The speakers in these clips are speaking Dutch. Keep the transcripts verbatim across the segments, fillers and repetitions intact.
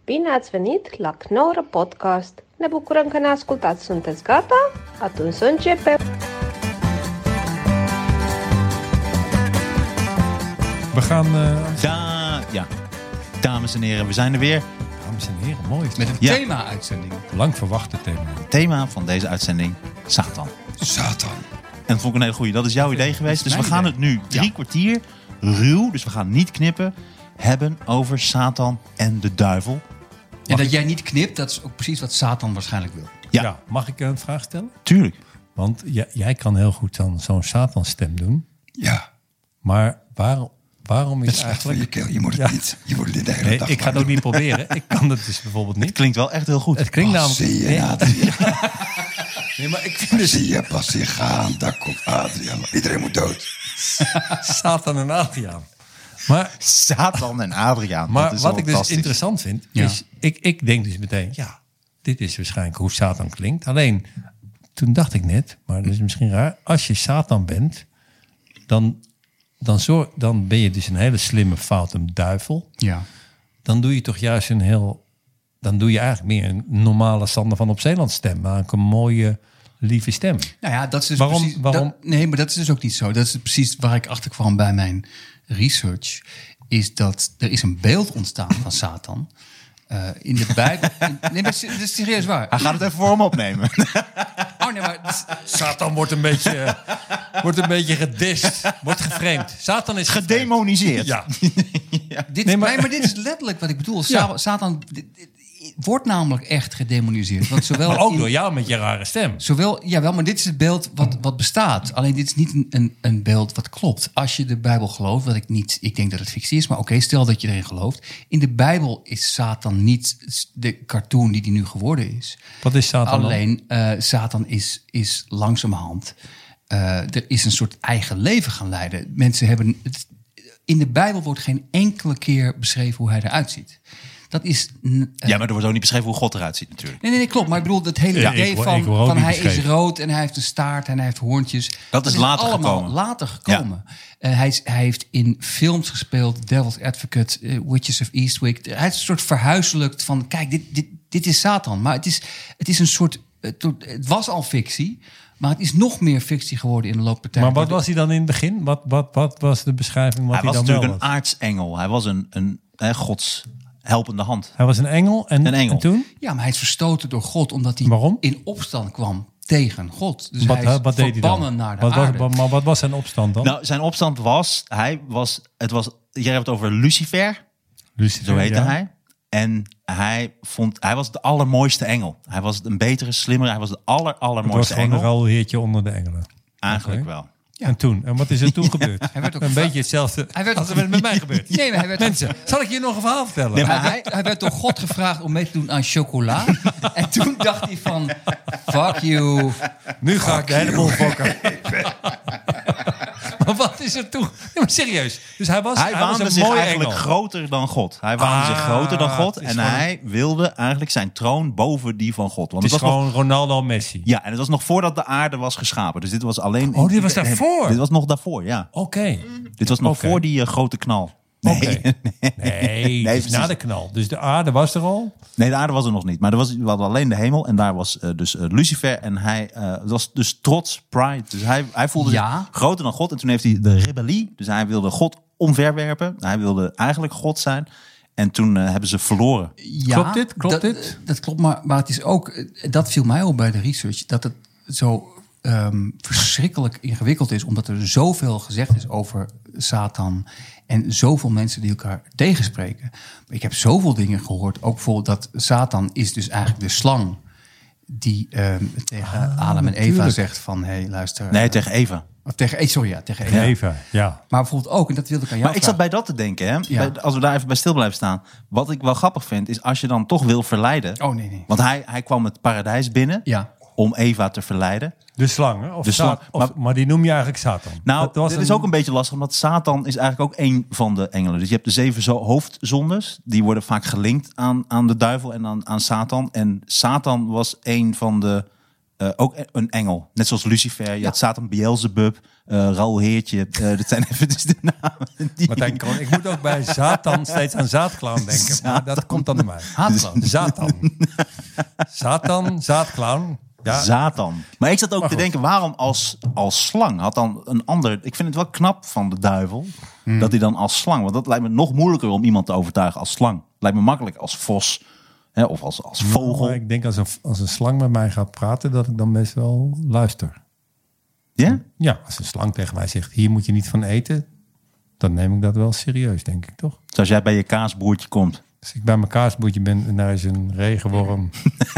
Bine ați venit la Knorr Podcast! Ne bucurăm că ne ascultați. Sunteți gata? Atunci să începem! We gaan... Uh... Da, ja, dames en heren, we zijn er weer. Dames en heren, mooi. Met een Ja. thema-uitzending. Lang verwachte thema. Het thema van deze uitzending, Satan. Satan. En dat vond ik een hele goeie. Dat is jouw idee geweest. Dus we mijn gaan idee. het nu drie Ja. kwartier ruw, dus we gaan niet knippen, hebben over Satan en de duivel. En dat jij niet knipt, dat is ook precies wat Satan waarschijnlijk wil. Ja. Ja, mag ik een vraag stellen? Tuurlijk. Want jij, jij kan heel goed dan zo'n Satanstem doen. Ja, Maar waarom, waarom het is is slecht voor je eigenlijk... keel. Je moet het Ja. niet. Je moet het niet de hele Nee, dag ik ga het maar ook niet proberen. Ik kan het dus bijvoorbeeld Het niet. klinkt wel echt heel goed. Het klinkt doen. namelijk... Zie je, Nee, Adriaan. nee, maar ik vind dus Zie je, pas je gaan. Daar komt Adriaan. Iedereen moet dood. Satan en Adriaan. Maar, Satan en Adriaan. maar dat is wat wel ik dus fantastisch. interessant vind, Ja. is... Ik, ik denk dus meteen, ja, dit is waarschijnlijk hoe Satan klinkt. Alleen, toen dacht ik net, maar dat is misschien raar. Als je Satan bent, dan, dan, zorg, dan ben je dus een hele slimme, foute duivel. Ja. Dan doe je toch juist een heel... Dan doe je eigenlijk meer een normale Sander van op Zeeland stem. Maar ook een mooie, lieve stem. Nou ja, dat is dus Waarom- precies... waarom- dat- nee, maar dat is dus ook niet zo. Dat is precies waar ik achter kwam bij mijn research. Is dat er is een beeld ontstaan van Satan. Uh, in de Bijbel... Nee, maar dat is serieus waar. Hij gaat het even voor hem opnemen. Oh nee, maar... dat is- Satan wordt een beetje, eh, wordt een beetje gedist. Wordt geframed. Satan is geframed. Gedemoniseerd. Ja. Dit, Nee, nee, maar- maar... dit is letterlijk wat ik bedoel. Ja. Sa- Satan dit- dit- wordt namelijk echt gedemoniseerd. Want zowel Maar ook in- door jou met je rare stem. Zowel, jawel, maar dit is het beeld wat, wat bestaat. Alleen dit is niet een, een, een beeld wat klopt. Als je de Bijbel gelooft, wat ik niet... Ik denk dat het fictie is, maar oké, stel dat je erin gelooft. In de Bijbel is Satan niet de cartoon die die nu geworden is. Wat is Satan dan? Alleen, eh, Satan is, is langzamerhand... eh, er is een soort eigen leven gaan leiden. Mensen hebben... Het, in de Bijbel wordt geen enkele keer beschreven hoe hij eruit ziet. Dat is... n- eh, Ja, maar er wordt ook niet beschreven hoe God eruit ziet natuurlijk. Nee, nee, nee, klopt. Maar ik bedoel, dat hele Ja, idee ik word- van, ik word ook van niet hij is beschreven. rood en hij heeft een staart en hij heeft hoorntjes. Dat is later allemaal gekomen. later gekomen. Eh, hij, is, hij heeft in films gespeeld, Devil's Advocate, eh, Witches of Eastwick. Hij is een soort verhuiselijkt van, kijk, dit, dit, dit is Satan. Maar het is, het is een soort, het, het was al fictie, maar het is nog meer fictie geworden in de loop der tijd. Maar wat was hij dan in het begin? Wat, wat, wat was de beschrijving wat Hij hij, was dan natuurlijk wel een was? aartsengel. Hij was een, een hè, Gods helpende hand. Hij was een engel. En, Een engel. en toen? Ja, maar hij is verstoten door God omdat hij Waarom? in opstand kwam tegen God. Dus Wat, hij is wat deed hij dan? verbannen naar de wat aarde. was, maar wat was zijn opstand dan? Nou, zijn opstand was, hij was, het was, jij hebt het over Lucifer, Lucifer, zo heette ja. hij. En hij vond, hij was de allermooiste engel. Hij was een betere, slimmer, hij was de aller, Het was allermooiste gewoon een engel. rolheertje onder de engelen. Eigenlijk Oké. wel. En toen? En wat is er toen gebeurd? Hij werd ook een gevra- beetje hetzelfde Hij werd als ook- er met mij gebeurt. Nee, maar hij werd Mensen, zal ik je nog een verhaal vertellen? Nee, maar Hij, hij werd door God gevraagd om mee te doen aan chocola. En toen dacht hij van, fuck you. Nu ga ik de hele boel fokken. Maar wat is er toen? Nee, maar serieus. Dus hij was, Hij hij was waande een zich mooie eigenlijk engel. groter dan God. Hij waande Ah, zich groter dan God. het is En gewoon- hij wilde eigenlijk zijn troon boven die van God. Want Het is was nog- gewoon Ronaldo Messi. ja, en het was nog voordat de aarde was geschapen. Dus dit was alleen... Oh, dit was daarvoor? Dit was nog daarvoor, ja. Oké. Dit was nog Oké. voor die eh, grote knal. Nee, Oké. Nee, Nee, het is precies. na de knal. Dus de aarde was er al. nee, de aarde was er nog niet. Maar er was, we hadden alleen de hemel. En daar was eh, dus eh, Lucifer. En hij eh, was dus trots, pride. Dus hij, hij voelde Ja. zich groter dan God. En toen heeft hij de rebellie. Dus hij wilde God omverwerpen. Hij wilde eigenlijk God zijn. En toen eh, hebben ze verloren. Ja, Klopt dit? Klopt dat, dit? Dat klopt, maar, maar het is ook... eh, Dat viel mij op bij de research. Dat het zo ehm, verschrikkelijk ingewikkeld is. Omdat er zoveel gezegd is over Satan. En zoveel mensen die elkaar tegenspreken. Ik heb zoveel dingen gehoord. Ook bijvoorbeeld dat Satan is dus eigenlijk de slang... die ehm, tegen Adam en Eva natuurlijk. zegt van... hé, hey, luister... Nee, eh, tegen Eva. of tegen, eh, sorry, ja, tegen Eva. Even, ja. Maar bijvoorbeeld ook, en dat wilde ik aan jou Maar ik zat vragen. bij dat te denken. Hè? Ja. Bij- als we daar even bij stil blijven staan. Wat ik wel grappig vind, is als je dan toch wil verleiden. Oh, nee, nee. Want hij, hij kwam het paradijs binnen Ja. om Eva te verleiden. De slang, hè? Of De slang, Sa- of- maar, die noem je eigenlijk Satan. Nou, Dat was dit is ook een beetje lastig, omdat Satan is eigenlijk ook één van de engelen. Dus je hebt de zeven zo- hoofdzondes. Die worden vaak gelinkt aan, aan de duivel en aan, aan Satan. En Satan was één van de uh, ook een engel. Net zoals Lucifer. Je ja. had Satan, Beelzebub, uh, Raoul Heertje. Uh, dat zijn even dus de namen. Die... Martijn Kroon, ik moet ook bij Satan steeds aan Zaadclown denken. Satan. Maar dat komt dan door mij. Haatclown. Satan. Satan, Zaadclown. Ja. Satan. Maar ik zat ook te denken, waarom als, als slang? Had dan een ander... Ik vind het wel knap van de duivel, hmm. dat hij dan als slang... Want dat lijkt me nog moeilijker om iemand te overtuigen als slang. Lijkt me makkelijk als vos, hè, of als, als vogel. Nou, ik denk als een, als een slang met mij gaat praten, dat ik dan best wel luister. Ja? Ja, als een slang tegen mij zegt, hier moet je niet van eten... dan neem ik dat wel serieus, denk ik, toch? Zoals jij bij je kaasboertje komt. Als ik bij mijn kaasboertje ben en daar is een regenworm...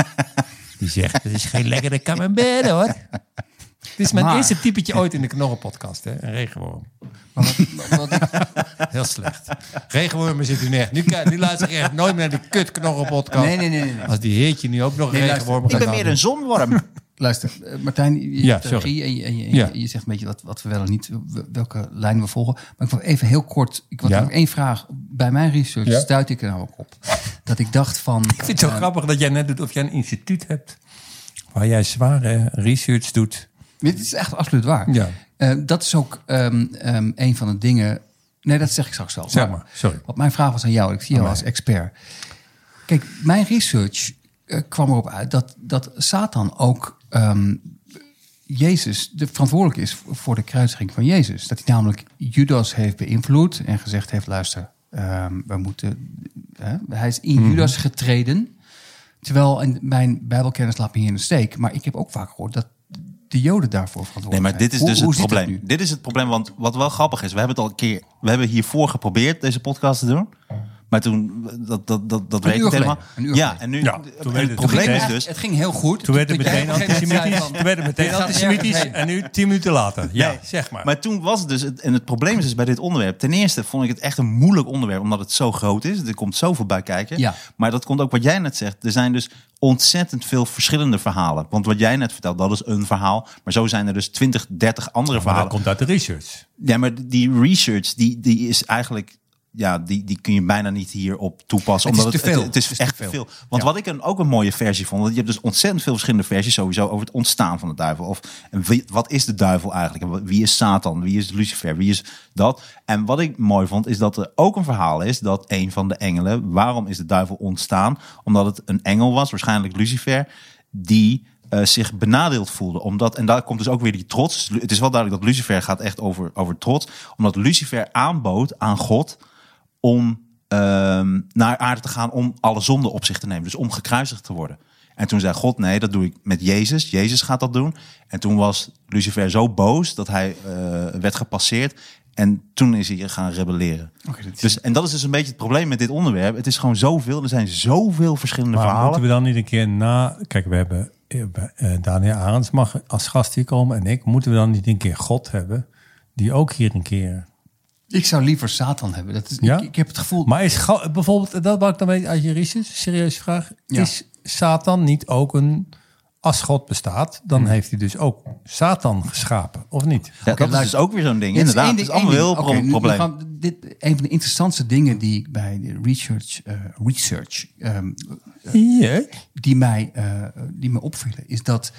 Die zegt, het is geen lekkere camembert hoor. Het is mijn maar, eerste typetje ooit in de Knorrenpodcast, hè? Een regenworm. Maar wat, wat ik... Heel slecht. Regenwormen zit u neer. Nu, nu luister ik echt nooit meer naar die kut Knorrenpodcast. Nee, nee, nee, nee. Als die heertje nu ook nog nee, regenwormen gaat Ik ben meer een zonworm. Luister, uh, Martijn, je ja, hebt regie en, je, en, je, en ja. je, je zegt een beetje wat, wat we wel en niet, welke lijn we volgen. Maar ik wil even heel kort, ik had ja. nog één vraag. Bij mijn research ja. stuitte ik er nou ook op. Dat ik dacht van... Ik vind het zo uh, grappig dat jij net doet of jij een instituut hebt... waar jij zware research doet. Dit is echt absoluut waar. Ja. Uh, dat is ook um, um, een van de dingen... Nee, dat zeg ik straks wel. Zeg maar, sorry. Want mijn vraag was aan jou. Ik zie jou als expert. Kijk, mijn research uh, kwam erop uit... dat, dat Satan ook um, Jezus de verantwoordelijk is... voor de kruisiging van Jezus. Dat hij namelijk Judas heeft beïnvloed... en gezegd heeft, luister, um, we moeten... Uh, hij is in mm-hmm. Judas getreden... Terwijl, en mijn bijbelkennis laat me hier in de steek... maar ik heb ook vaak gehoord dat de Joden daarvoor verantwoordelijk zijn. Nee, maar dit is dus hoe, het hoe probleem. Het dit is het probleem, want wat wel grappig is... we hebben het al een keer... we hebben hiervoor geprobeerd deze podcast te doen... Maar toen, dat, dat, dat, dat weet ik helemaal. Ja, en nu, ja, toen het, het probleem is dus... Het ging heel goed. Toen werd het meteen antisemitisch. Toen werd het meteen antisemitisch. En nu tien minuten later. Ja, nee, zeg maar. Maar toen was het dus... En het probleem is dus bij dit onderwerp... Ten eerste vond ik het echt een moeilijk onderwerp... omdat het zo groot is. Er komt zoveel bij kijken. Ja. Maar dat komt ook wat jij net zegt. Er zijn dus ontzettend veel verschillende verhalen. Want wat jij net vertelt, dat is een verhaal. Maar zo zijn er dus twintig, dertig andere ja, verhalen. Dat komt uit de research. Ja, maar die research, die, die is eigenlijk... Ja, die, die kun je bijna niet hierop toepassen. Het omdat is te het, veel. Het, het is het is echt te veel. veel. Want ja. wat ik een, ook een mooie versie vond... dat je hebt dus ontzettend veel verschillende versies... sowieso over het ontstaan van de duivel. Of en wie, wat is de duivel eigenlijk? En wie is Satan? Wie is Lucifer? Wie is dat? En wat ik mooi vond, is dat er ook een verhaal is... dat een van de engelen... Waarom is de duivel ontstaan? Omdat het een engel was, waarschijnlijk Lucifer... die... Uh, zich benadeeld voelde. Omdat, en daar komt dus ook weer die trots. Het is wel duidelijk dat Lucifer gaat echt over, over trots. Omdat Lucifer aanbood aan God... om uh, naar aarde te gaan om alle zonden op zich te nemen. Dus om gekruisigd te worden. En toen zei God, nee, dat doe ik met Jezus. Jezus gaat dat doen. En toen was Lucifer zo boos dat hij uh, werd gepasseerd. En toen is hij gaan rebelleren. Okay, is... Dus, en dat is dus een beetje het probleem met dit onderwerp. Het is gewoon zoveel. Er zijn zoveel verschillende maar verhalen. Moeten we dan niet een keer na... Kijk, we hebben uh, Daniel Arends mag als gast hier komen en ik. Moeten we dan niet een keer God hebben die ook hier een keer... Ik zou liever Satan hebben. Dat is, ja? ik, ik heb het gevoel... Maar is bijvoorbeeld, dat wou ik dan weten uit je research, serieuze vraag. Ja. Is Satan niet ook een... Als God bestaat, dan hmm. heeft hij dus ook Satan geschapen, of niet? Ja, okay, dat is dus ook weer zo'n ding, ja, inderdaad. Het is, is allemaal heel okay, pro- probleem. Gaan, dit, een van de interessantste dingen die ik bij de research, uh, research um, uh, yeah. die, mij, uh, die me opvielen, is dat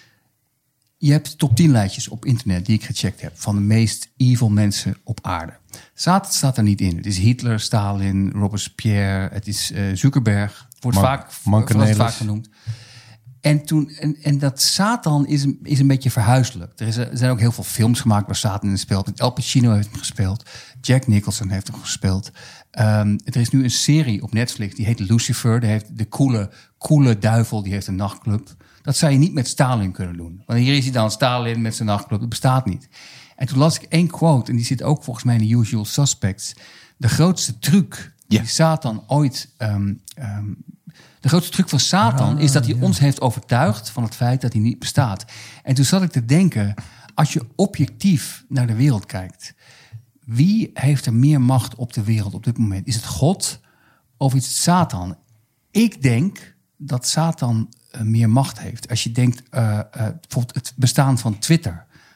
je hebt top tien lijstjes op internet die ik gecheckt heb van de meest evil mensen op aarde. Satan staat er niet in. Het is Hitler, Stalin, Robespierre, het is uh, Zuckerberg, wordt Man- vaak, wordt vaak genoemd. En, toen, en, en dat Satan is, is een beetje verhuiselijk. Er, is, er zijn ook heel veel films gemaakt waar Satan in speelt. Al Pacino heeft hem gespeeld. Jack Nicholson heeft hem gespeeld. Um, er is nu een serie op Netflix, die heet Lucifer. Die heeft de coole, coole duivel, die heeft een nachtclub. Dat zou je niet met Stalin kunnen doen. Want hier is hij dan, Stalin met zijn nachtclub. Dat bestaat niet. En toen las ik één quote, en die zit ook volgens mij in de Usual Suspects. De grootste truc die ja. Satan ooit... Um, um, De grootste truc van Satan ah, is dat hij ja. ons heeft overtuigd van het feit dat hij niet bestaat. En toen zat ik te denken, als je objectief naar de wereld kijkt, wie heeft er meer macht op de wereld op dit moment? Is het God of is het Satan? Ik denk dat Satan uh, meer macht heeft. Als je denkt, uh, uh, bijvoorbeeld het bestaan van Twitter.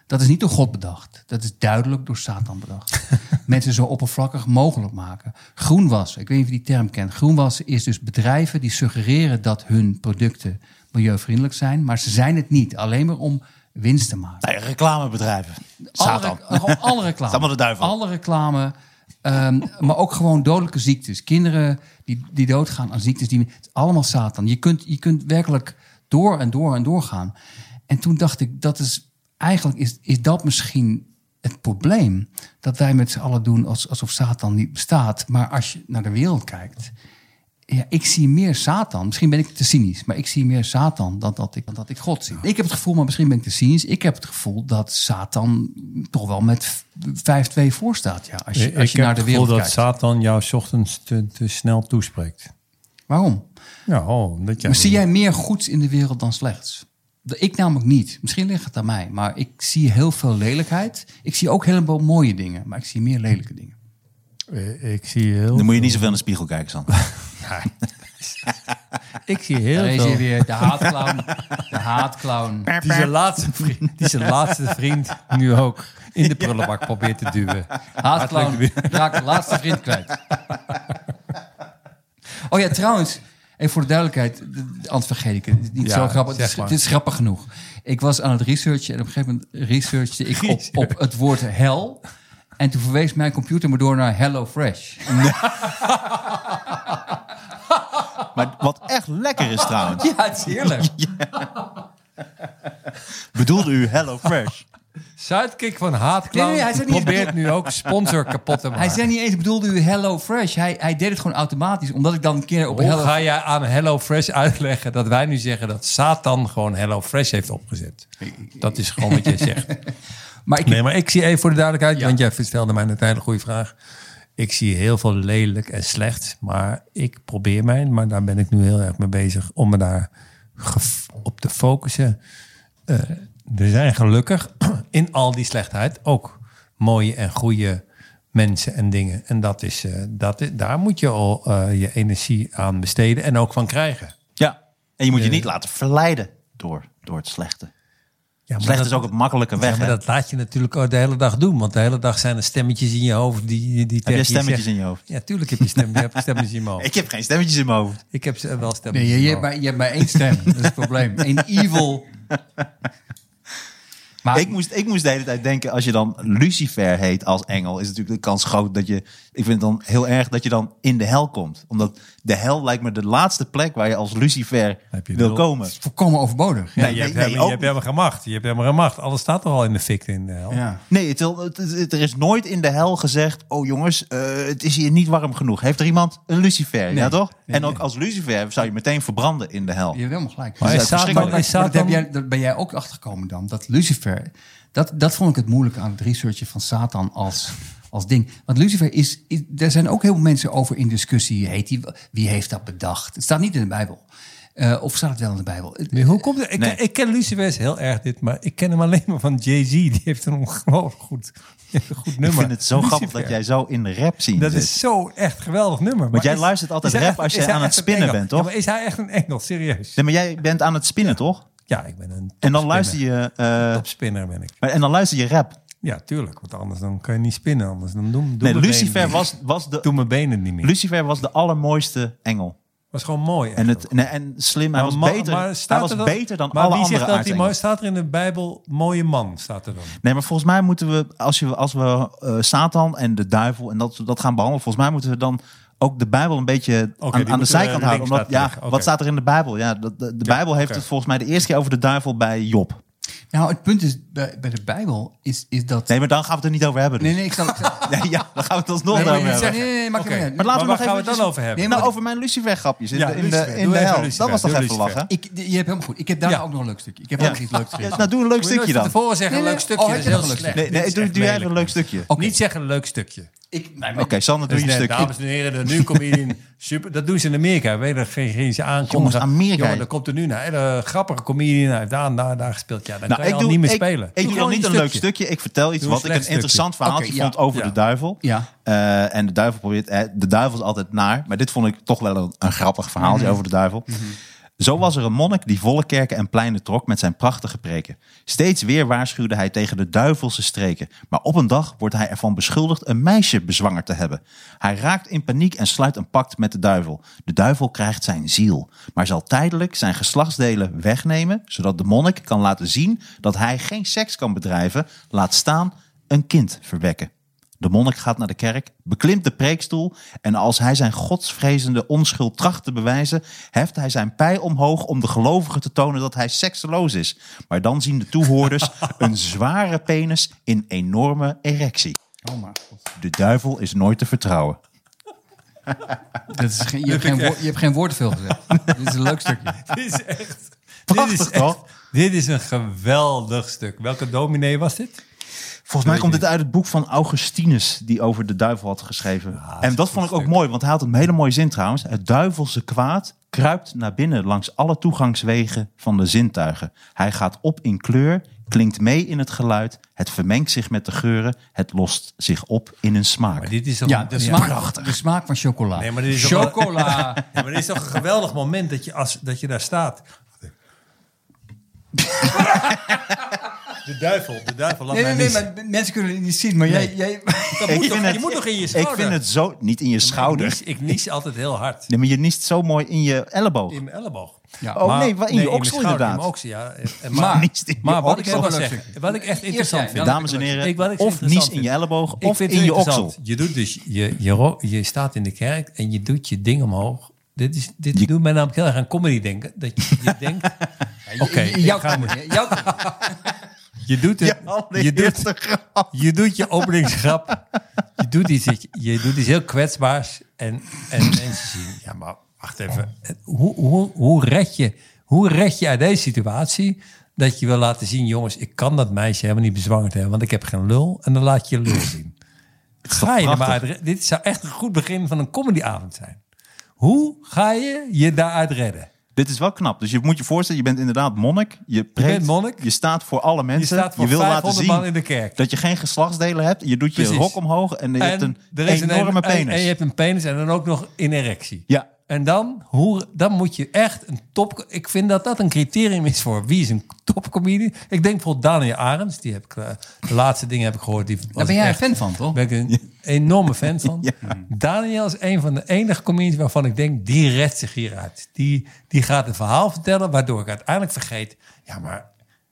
Dat is niet door God bedacht. Dat is duidelijk door Satan bedacht. Mensen zo oppervlakkig mogelijk maken. Groenwassen, ik weet niet of je die term kent. Groenwassen is dus bedrijven die suggereren dat hun producten milieuvriendelijk zijn. Maar ze zijn het niet. Alleen maar om winst te maken. Nee, reclamebedrijven. Satan. Alle, alle, alle reclame. Allemaal de duivel. Alle reclame. Um, maar ook gewoon dodelijke ziektes. Kinderen die, die doodgaan aan ziektes. Die, het is allemaal Satan. Je kunt, je kunt werkelijk door en door en door gaan. En toen dacht ik, dat is eigenlijk is, is dat misschien het probleem. Dat wij met z'n allen doen als, alsof Satan niet bestaat. Maar als je naar de wereld kijkt. Ja, ik zie meer Satan. Misschien ben ik te cynisch. Maar ik zie meer Satan dan dat ik, dan dat ik God zie. Ik heb het gevoel, maar misschien ben ik te cynisch. Ik heb het gevoel dat Satan toch wel met vijf twee voor staat. Ja, als je, als je ik naar de wereld dat kijkt. Satan jou 's ochtends te, te snel toespreekt. Waarom? Ja, oh, dat jij Maar zie jij meer goeds in de wereld dan slechts? Ik namelijk niet. Misschien ligt het aan mij. Maar ik zie heel veel lelijkheid. Ik zie ook helemaal mooie dingen. Maar ik zie meer lelijke dingen. Eh, Ik zie heel Dan moet je niet zoveel in de spiegel kijken, Sander. Ik zie heel Daar is veel. hij weer, de haatclown. De haatclown. Die zijn laatste vriend, die zijn laatste vriend nu ook in de prullenbak probeert te duwen. Haatclown raakt de laatste vriend kwijt. Oh ja, trouwens, even voor de duidelijkheid, anders vergeet ik het. Het is niet Ja, zo grappig. Het zeg is, maar. het is grappig genoeg. Ik was aan het researchen en op een gegeven moment researchte ik op, op het woord hel. En toen verwees mijn computer me door naar Hello Fresh. Maar wat echt lekker is trouwens. Ja, het is heerlijk. Bedoelde u Hello Fresh? Sidekick van Haatclown Nee, nee, hij zei niet- probeert nu ook sponsor kapot te maken. Hij zei niet eens, bedoelde u Hello Fresh. Hij, hij deed het gewoon automatisch, omdat ik dan een keer op Hoe Hello ga jij aan HelloFresh uitleggen dat wij nu zeggen dat Satan gewoon HelloFresh heeft opgezet? Dat is gewoon wat jij zegt. Maar ik, Nee, maar ik zie even voor de duidelijkheid, Ja. want jij stelde mij net een hele goede vraag. Ik zie heel veel lelijk en slecht, maar ik probeer mij, maar daar ben ik nu heel erg mee bezig, om me daar gef- op te focussen. Uh, er zijn gelukkig in al die slechtheid ook mooie en goede mensen en dingen. En dat is, uh, dat is, daar moet je al uh, je energie aan besteden en ook van krijgen. Ja. En je moet je Eh. niet laten verleiden door, door het slechte. Ja, maar Slecht dat- is ook het makkelijke weg. Ja, maar hè? dat laat je natuurlijk ook de hele dag doen. Want de hele dag zijn er stemmetjes in je hoofd die, die tegen Heb je je stemmetjes zeggen- in je hoofd? Ja, tuurlijk heb je stem, je hebt stemmetjes in je hoofd. Ik heb geen stemmetjes in mijn hoofd. Ik heb ze wel stemmetjes nee, je, in je, mijn hebt hoofd. maar, je hebt maar één stem. Dat is het probleem. Een evil. Maar Ik moest, ik moest de hele tijd denken, als je dan Lucifer heet als engel, is natuurlijk de kans groot dat je... Ik vind het dan heel erg dat je dan in de hel komt. Omdat de hel lijkt me de laatste plek waar je als Lucifer Heb je wil wel- komen. volkomen overbodig. Ja. Nee, Je hebt, nee, helemaal, ook je hebt helemaal geen macht. Je hebt helemaal geen macht. Alles staat er al in de fik in de hel. Ja. Nee, het, het, het- er is nooit in de hel gezegd, oh jongens, eh, het is hier niet warm genoeg. Heeft er iemand een Lucifer? Ja, toch? En ook als Lucifer zou je meteen verbranden in de hel. Je hebt helemaal gelijk. Maar Dus is dat is Satan, verschrikkelijk. is Maar dat, heb Satan, jij, dat ben jij ook achtergekomen dan. Dat Lucifer, dat, dat vond ik het moeilijke aan het researchen van Satan als, als ding. Want Lucifer is, is, er zijn ook heel veel mensen over in discussie. Heet die, wie heeft dat bedacht? Het staat niet in de Bijbel. Uh, of staat het wel in de Bijbel? Nee, hoe komt het? Ik, Nee. ik ken Lucifer heel erg dit, maar ik ken hem alleen maar van Jay-Z. Die heeft een ongelooflijk goed, een goed nummer. Ik vind het zo Lucifer. grappig dat jij zo in de rap zien Dat zit. is zo echt geweldig nummer. Maar jij is- luistert altijd is hij rap echt- als is jij hij aan het echt een spinnen engel? bent, toch? Ja, maar is hij echt een engel? Serieus? Nee, maar jij bent aan het spinnen, toch? Ja, ik ben een En dan luister je... eh, topspinner ben ik. maar- en dan luister je rap. Ja, tuurlijk. Want anders dan kan je niet spinnen. Anders dan doen, doen Nee, mijn Lucifer benen was, was niet. de... Doe mijn benen niet meer. Lucifer was de allermooiste engel. was gewoon mooi. En, echt het, nee, en slim, hij Maar was ma- beter, maar hij staat was er dan- beter dan maar alle wie andere zegt dat die mooi, aartsengelen. staat er in de Bijbel mooie man, staat er dan. Nee, maar volgens mij moeten we, als, je, als we uh, Satan en de duivel en dat, dat gaan behandelen, volgens mij moeten we dan ook de Bijbel een beetje Oké, aan, die aan de moeten we zijkant houden. links Omdat, laten ja, liggen. Oké. wat staat er in de Bijbel? Ja, de, de, de Bijbel heeft oké. het volgens mij de eerste keer over de duivel bij Job. Nou, het punt is, bij, bij de Bijbel is, is dat... Nee, maar dan gaan we het er niet over hebben. Dus. nee, nee, ik snap... Nee, ja, dan gaan we het alsnog Nee, nee, over nee, hebben. nee, nee, nee, maakt Oké. niet uit. Maar laten we waar nog gaan we even het dan over hebben? Nee, Nou, maar- over mijn Lucifer-grapjes in, Ja, de, in, Lucifer. de, Doe in de even hel. Lucifer. Dat was toch Doe even Lucifer. lachen? Ik, je hebt helemaal goed. Ik heb daar Ja. ook nog een leuk stukje. Ik heb Ja. ook iets leuks Ja, gegeven. nou, doe een leuk stukje dan. Tevoren zeggen Nee, een nee, leuk stukje. oh, dat ik is heb heel een leuk slecht. Nee, Dit nee is doe, echt doe jij even een lelijk. leuk stukje. Oké. Niet zeggen een leuk stukje. Ik, nee, Oké, maar- Sander, doe Dus je net, stukje. dames en heren, de nu comedian. Super, dat doen ze in Amerika. Weet je, geen, geen ze aankondigen. Jongens, Amerika. Jongen, dan komt er nu een hele grappige comedian. Hij heeft daar en daar, daar gespeeld. Ja, dan Nou, kan je ik al doe, niet meer ik, spelen. Ik doe dan gewoon niet je een leuk stukje. Ik vertel iets Doe een wat ik een slecht interessant stukje. verhaaltje Oké, ja. vond over Ja. de duivel. Ja. Uh, en de duivel probeert... eh, de duivel is altijd naar. Maar dit vond ik toch wel een, een grappig verhaaltje over de duivel. Zo was er een monnik die volle kerken en pleinen trok met zijn prachtige preken. Steeds weer waarschuwde hij tegen de duivelse streken. Maar op een dag wordt hij ervan beschuldigd een meisje bezwangerd te hebben. Hij raakt in paniek en sluit een pact met de duivel. De duivel krijgt zijn ziel, maar zal tijdelijk zijn geslachtsdelen wegnemen, zodat de monnik kan laten zien dat hij geen seks kan bedrijven, laat staan een kind verwekken. De monnik gaat naar de kerk, beklimt de preekstoel en als hij zijn godsvrezende onschuld tracht te bewijzen, heft hij zijn pij omhoog om de gelovigen te tonen dat hij sekseloos is. Maar dan zien de toehoorders een zware penis in enorme erectie. Oh maar God. De duivel is nooit te vertrouwen. Dat is geen, je, hebt geen woord, je hebt geen woord te veel gezegd. Dit is een leuk stukje. Dit is echt... Prachtig, dit is toch? echt, dit is een geweldig stuk. Welke dominee was dit? Volgens mij komt dit uit het boek van Augustinus, die over de duivel had geschreven. Ja, dat en is dat een vond ik goed ook stuk. mooi, want hij had een hele mooie zin trouwens. Het duivelse kwaad kruipt naar binnen langs alle toegangswegen van de zintuigen. Hij gaat op in kleur, klinkt mee in het geluid, het vermengt zich met de geuren, het lost zich op in een smaak. Maar dit is toch Ja, een- de smaak, de smaak van chocola. Nee, maar dit is toch wel- chocola. Ja, maar dit is toch een geweldig moment dat je, als, dat je daar staat. De duivel, de duivel laat Nee, mij nee, nee, missen. maar mensen kunnen het niet zien. Maar jij... jij Dat Ik moet vind toch, het- je moet toch in je Ik schouder? vind het zo, niet in je Ik schouder. nies, ik nies altijd heel hard. Nee, maar je niest zo mooi in je elleboog. In mijn elleboog. Ja. Oh nee, wel in je mijn oksel schouder, inderdaad. In mijn oksel, ja. En Maar- maar, Niest in je maar wat ik oksel. wil Leuk zeggen, stukje. wat ik echt interessant jij, vind. dan- Dames en heren, Ik- wat ik zo of interessant nies in je vind. elleboog Ik of vind in het je interessant. oksel. Je doet dus, je, je, ro- je staat in de kerk en je doet je ding omhoog. Dit, is, dit Je- doet mij namelijk heel erg aan comedy denken. Dat je, je denkt, oké, in jouw ik ga nu- kamer. Jouw kamer. je doet het, Ja, je doet, je doet je openingsgrap. Je doet iets, je doet iets heel kwetsbaars. En, en mensen zien, ja maar wacht even. Hoe, hoe, hoe, red je, hoe red je uit deze situatie dat je wil laten zien, jongens, ik kan dat meisje helemaal niet bezwangerd hebben, want ik heb geen lul. En dan laat je je lul zien. Ga je er maar uit, redden? Dit zou echt een goed begin van een comedyavond zijn. Hoe ga je je daaruit redden? Dit is wel knap. Dus je moet je voorstellen, je bent inderdaad monnik. Je, preekt, bent monnik. Je staat voor alle Je mensen. staat voor wil laten vijfhonderd zien man in de kerk. dat je geen geslachtsdelen hebt. Je doet je Precies. rok omhoog en je hebt een er is enorme een, penis. En je hebt een penis en dan ook nog in erectie. Ja. En dan, hoe, dan moet je echt een top... Ik vind dat dat een criterium is voor wie is een topcomedian. Ik denk bijvoorbeeld Daniel Arends. Die heb ik, uh, de laatste dingen heb ik gehoord. Die was Daar ben jij echt, een fan van, toch? ben ik een enorme fan van. Ja. Daniel is een van de enige comedians waarvan ik denk, die redt zich hieruit. Die, die gaat een verhaal vertellen, waardoor ik uiteindelijk vergeet... Ja, maar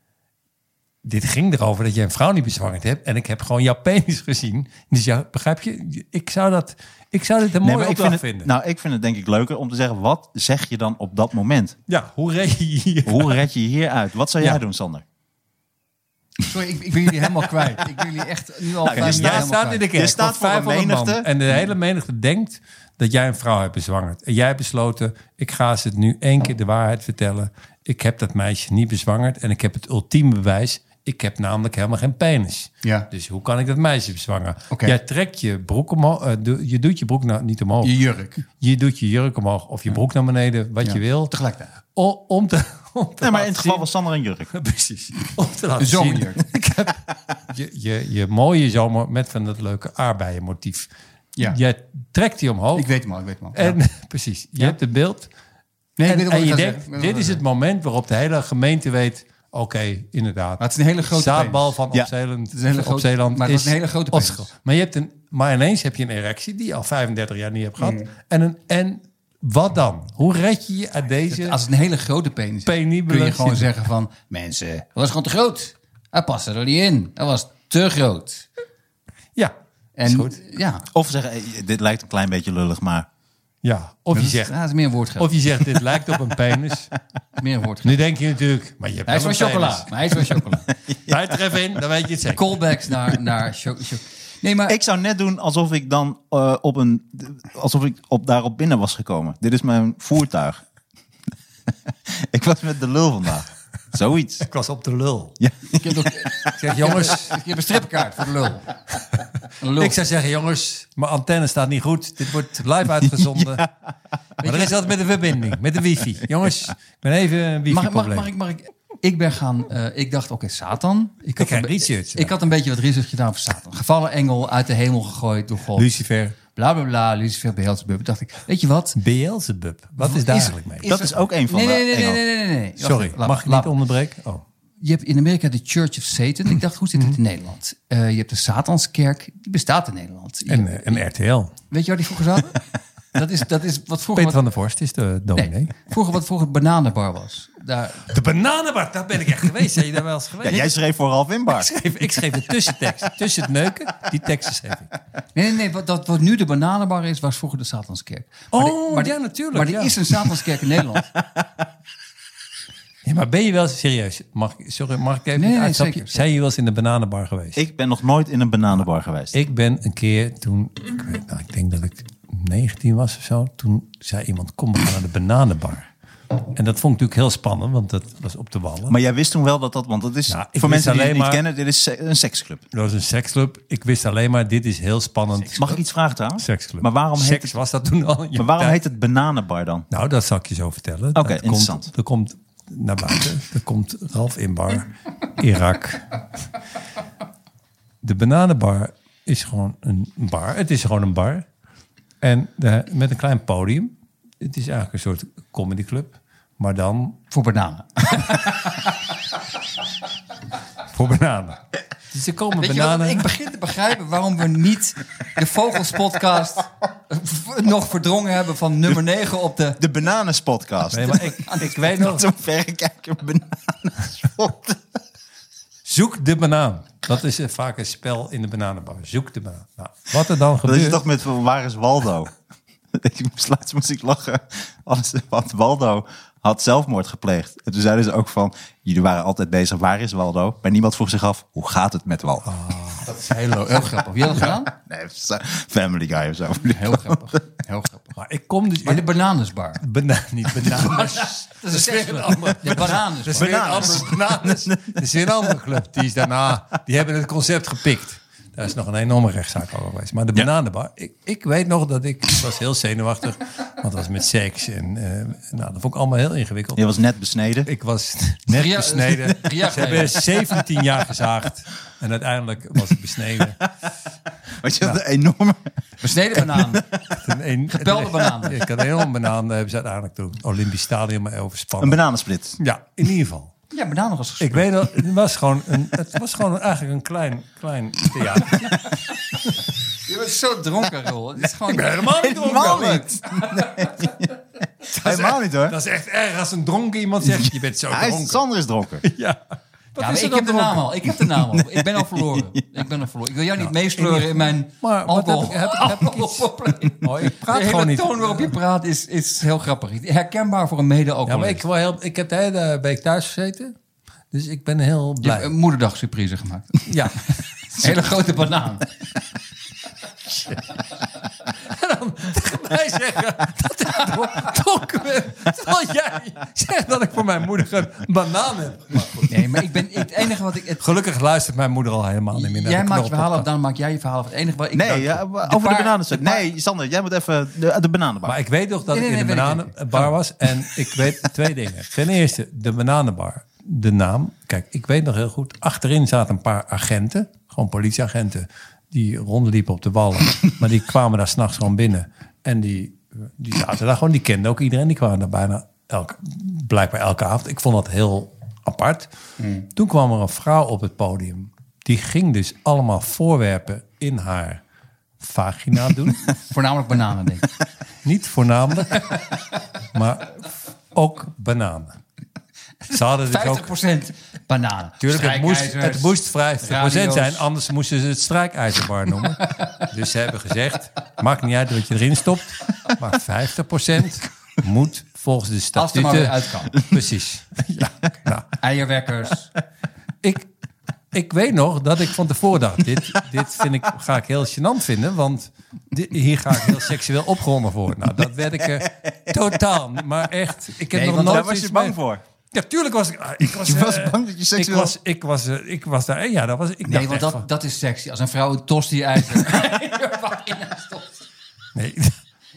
dit ging erover dat je een vrouw niet bezwangerd hebt. En ik heb gewoon jouw penis gezien. Dus ja, begrijp je? Ik zou, dat, ik zou dit een Nee, mooie maar ik opdracht vind het, vinden. nou, ik vind het denk ik leuker om te zeggen, wat zeg je dan op dat moment? Ja, hoe red je je hier? Hoe red je je hier uit? Wat zou Ja. jij doen, Sander? Sorry, ik, ik ben jullie helemaal kwijt. Ik ben jullie echt nu al Nou, je vijf staat- minuten Jij helemaal staat in de kwijt. kerk. Je staat voor een vijfhonderd man. menigte. En de hele menigte denkt dat jij een vrouw hebt bezwangerd. En jij hebt besloten, ik ga ze het nu één keer de waarheid vertellen. Ik heb dat meisje niet bezwangerd. En ik heb het ultieme bewijs. Ik heb namelijk helemaal geen penis. Ja. Dus hoe kan ik dat meisje bezwangeren? Oké. Jij trekt je broek omhoog. eh, doe- je doet je broek nou niet omhoog. Je jurk. Je doet je jurk omhoog of je broek naar beneden, wat Ja. je wil. Tegelijkertijd. O- om te, om te Nee, maar in laten het geval zien- van Sander en Jurk. Precies. Om te laten Een zomerjurk. zien. Ik heb je, je, je mooie zomer met van dat leuke aardbeienmotief. Ja. Jij trekt die omhoog. Ik weet hem al, ik weet hem al. En Ja. precies, je Ja. hebt het beeld. Nee, ik en weet ook en wat je ik ga denkt, zeggen. Ik weet dit ook is wat het moment waarop de hele gemeente weet... Oké, inderdaad. Maar het is een hele grote Zaadbal penis. van Ja. op Zeeland, Het is een hele op grote- Zeeland maar het was is een hele grote op penis. school. Maar, je hebt een, maar ineens heb je een erectie die je al vijfendertig jaar niet hebt gehad. Mm. En, een, en wat dan? Hoe red je je uit deze... Als het een hele grote penis is, Penibele kun je gewoon zin. zeggen van... Mensen, dat was gewoon te groot. Hij paste er niet in. Dat was te groot. Ja, En is goed. ja, Of zeggen, eh, dit lijkt een klein beetje lullig, maar... Ja, of je dat is, zegt... ja, dat is meer een woordgeld. Of je zegt, dit lijkt op een penis. Meer een woordgeld. Nu denk je natuurlijk, maar je hebt Hij is wel van een chocola. penis. Maar hij is van chocola. Bijt er even in, dan weet je het zeker. Callbacks naar, naar cho- cho- Nee, maar Ik zou net doen alsof ik dan eh, op een... Alsof ik op, daarop binnen was gekomen. Dit is mijn voertuig. Ik was met de lul vandaag. Zoiets. Ik was op de lul. Ja. ik heb, ook, Ik zeg, jongens, ik heb een stripkaart voor de lul. Een lul. ik zou zeggen, jongens, mijn antenne staat niet goed. Dit wordt live uitgezonden. Maar er is altijd met de verbinding, met de wifi. Jongens, ik ben even een mag, wifi-probleem. mag, mag, ik, mag ik... Ik ben gaan... eh, ik dacht, oké, Satan. Ik Ik had, ga een, be- research. ik had een beetje wat research gedaan voor Satan. Gevallen engel, uit de hemel gegooid door God. Lucifer. bla bla bla, Lucifer Beelzebub. Dacht ik, weet je wat? Beelzebub. Wat is daar Is- eigenlijk mee? is- Dat is ook een van nee, de eh, nee, nee, nee, engelen. nee, nee, nee. Wacht Sorry, even, laat- mag ik laat- niet onderbreken? Oh. Je hebt in Amerika de Church of Satan. Ik dacht, hoe zit het Mhm. in Nederland? Uh, je hebt de Satanskerk, die bestaat in Nederland. Je- En, eh, en R T L. Weet je waar die vroeger zaten? dat, is, dat is wat vroeger... Peter Wat, van der Vorst is de dominee. nee, vroeger wat vroeger bananenbar was. Daar, De bananenbar, daar ben ik echt geweest. Zijn je daar wel eens geweest? Ja, jij schreef voor Ralf ik, Winbaar. schreef, ik schreef de tussentekst. Tussen het neuken, die teksten schreef ik. nee, nee, nee. Wat, dat, wat nu de bananenbar is, was vroeger de Satanskerk. Maar Oh, de- maar de- ja, natuurlijk, Maar er ja. is een Satanskerk in Nederland. Ja, maar ben je wel serieus? Mag, ik- sorry, mag ik even Nee, een nee, uitstapje? zeker. Zijn je wel eens in de bananenbar geweest? Ik ben nog nooit in een bananenbar geweest. Ik ben een keer toen, ik, weet, nou, ik denk dat ik negentien was of zo. Toen zei iemand, kom we gaan naar de bananenbar. En dat vond ik natuurlijk heel spannend, want dat was op de Wallen. Maar jij wist toen wel dat dat... Want dat is, Nou, ik voor wist mensen die het alleen niet maar- kennen, dit is se- een seksclub. Dat was een seksclub. Ik wist alleen maar, dit is heel spannend. Mag ik iets vragen trouwens? Seksclub. Maar waarom heet Seks het, was dat toen al? Ja, maar waarom ja. heet het bananenbar dan? Nou, dat zal ik je zo vertellen. Oké, Dat interessant. Komt, er komt naar buiten. Er komt Ralf Inbar, Irak. De bananenbar is gewoon een bar. Het is gewoon een bar. En de, met een klein podium. Het is eigenlijk een soort comedyclub. Maar dan Voor bananen. voor bananen. Dus er komen Weet je wat, bananen. ik begin te begrijpen waarom we niet de Vogels podcast nog verdrongen hebben van nummer negen op de... De Bananenspodcast. Nee, maar ik, ik weet nog. Tot zo'n verrekijker bananenspot. Zoek de banaan. Dat is eh, vaak een spel in de bananenbar. Zoek de banaan. Nou, wat er dan Dat gebeurt... is toch met Waar is Waldo? Ik moest, laatst moest ik lachen. Alles, want Waldo had zelfmoord gepleegd. En toen zeiden ze ook van... Jullie waren altijd bezig, waar is Waldo? Maar niemand vroeg zich af, hoe gaat het met Waldo? Dat is heel, heel grappig. Wie had dat gedaan? Nee, Family Guy of zo. Heel grappig. Heel grappig. Maar ik kom dus Maar de in... bananensbar. Bana niet bananen. Dat is weer een andere. De Dat bananensbar. is weer een andere bananen. Dat is weer een andere club. Die is daarna... Die hebben het concept gepikt. Daar is nog een enorme rechtszaak over geweest. Maar de bananenbar... Ik, ik weet nog dat ik... Ik was heel zenuwachtig. Want dat was met seks. En eh, nou, dat vond ik allemaal heel ingewikkeld. Je was net besneden. Ik was net Drie jaar- besneden. drie jaar Ze hebben zeventien jaar gezaagd. En uiteindelijk was ik besneden. Want je had een enorme... Besneden banaan. Een, een, Gepelde banaan. Ik had een enorme banaan. Daar hebben ze uiteindelijk toen het Olympisch Stadion mee Een overspannen. bananensplit. Ja, in ieder geval. Ja, bananen was Ik weet wel, het was gewoon, een, het was gewoon eigenlijk een klein, klein theater. Je bent zo dronken, Rol. Het is gewoon... Ik ben helemaal niet dronken. Helemaal niet. Helemaal niet hoor. Dat is echt erg als een dronken iemand zegt, je bent zo Hij is, dronken. Sander is dronken. Ja. Wat Ja, maar is er ik dan heb de naam dronken? al. Ik heb de naam al. Ik ben al verloren. Ik ben al verloren. Ik wil jou niet meesleuren in mijn Maar wat alcohol. heb ik- heb- heb ik iets- alcoholprobleem. Oh, ik praat De hele gewoon niet. toon waarop je praat is, is heel grappig. Herkenbaar voor een mede-alcoholist. Ja, maar ik, wil heel, ik heb de hele week thuis gezeten. Dus ik ben heel Je blij. hebt een moederdag surprise gemaakt. Ja. Een hele grote banaan. En dan tegen mij zeggen dat ik dro- dronken ben. Terwijl jij zegt dat ik voor mijn moeder een banaan heb. Maar goed. Nee, maar ik ben, het enige wat ik... Het, Gelukkig luistert mijn moeder al helemaal niet meer naar jij de maakt je knop. verhaal af, dan maak jij je verhaal af. Het enige wat ik... Nee, nou, ja, de over de paar- bananenstuk. de paar- Nee, Sander, jij moet even de, de bananenbar. Maar ik weet nog dat Nee, nee, ik in nee, de weet ik, weet ik. bananenbar was. En ik weet twee dingen. Ten eerste, de bananenbar. De naam. Kijk, ik weet nog heel goed. Achterin zaten een paar agenten. Gewoon politieagenten. Die rondliepen op de wallen. Maar die kwamen daar s'nachts gewoon binnen. En die, die zaten daar gewoon. Die kenden ook iedereen. Die kwamen daar bijna elke, blijkbaar elke avond. Ik vond dat heel apart. Toen kwam er een vrouw op het podium. Die ging dus allemaal voorwerpen in haar vagina doen. Voornamelijk bananen, denk ik. Niet voornamelijk, maar ook bananen. Ze hadden dus vijftig ook... procent bananen. Tuurlijk, het moest, het Strijkijzers, moest vijftig procent radio's. zijn, anders moesten ze het strijkijzerbar noemen. Dus ze hebben gezegd, maakt niet uit wat je erin stopt, maar vijftig procent moet volgens de Als het er maar weer statuten... uit kan. Precies. Ja, nou, Eierwekkers. ik, ik weet nog dat ik van tevoren dacht, dit, dit vind ik, ga ik heel gênant vinden, want dit, hier ga ik heel seksueel opgewonden voor. Nou, dat werd ik er totaal, maar echt, ik heb Nee, nog want nooit Daar was je iets bang mee- voor. Ja, tuurlijk was ik. ah, ik was, Je was eh, bang dat je seksueel- Ik was, ik was, eh, ik was daar. Ja, dat was. Ik Nee, dacht want echt van, dat, dat is sexy. Als een vrouw een tosti-ijzer in haar vagina stopt. nee.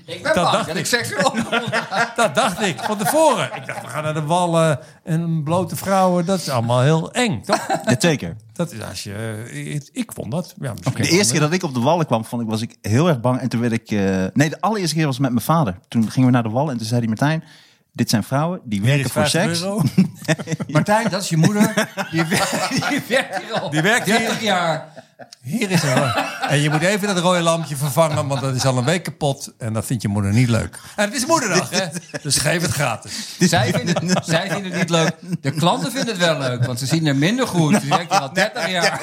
Ik ben Dat bang dacht dat ik. ik seksueel Dat dacht ik van tevoren. Ik dacht, we gaan naar de wallen en blote vrouwen. Dat is allemaal heel eng, toch? Ja, zeker. Dat is als je... Ik, ik vond dat. Ja, misschien De eerste keer dat ik op de wallen kwam, vond ik, was ik heel erg bang. En toen werd ik... Uh, nee, de allereerste keer was met mijn vader. Toen gingen we naar de wallen en toen zei hij, Martijn, dit zijn vrouwen die werken voor seks. Euro. Martijn, dat is je moeder. Die werkt, die werkt hier al Die werkt hier. dertig jaar. Hier is er. En je moet even dat rode lampje vervangen, want dat is al een week kapot. En dat vindt je moeder niet leuk. En het is moederdag, hè? Dus geef het gratis. Zij vinden, het, zij vinden het niet leuk. De klanten vinden het wel leuk, want ze zien er minder goed. Die werkt hier al dertig jaar.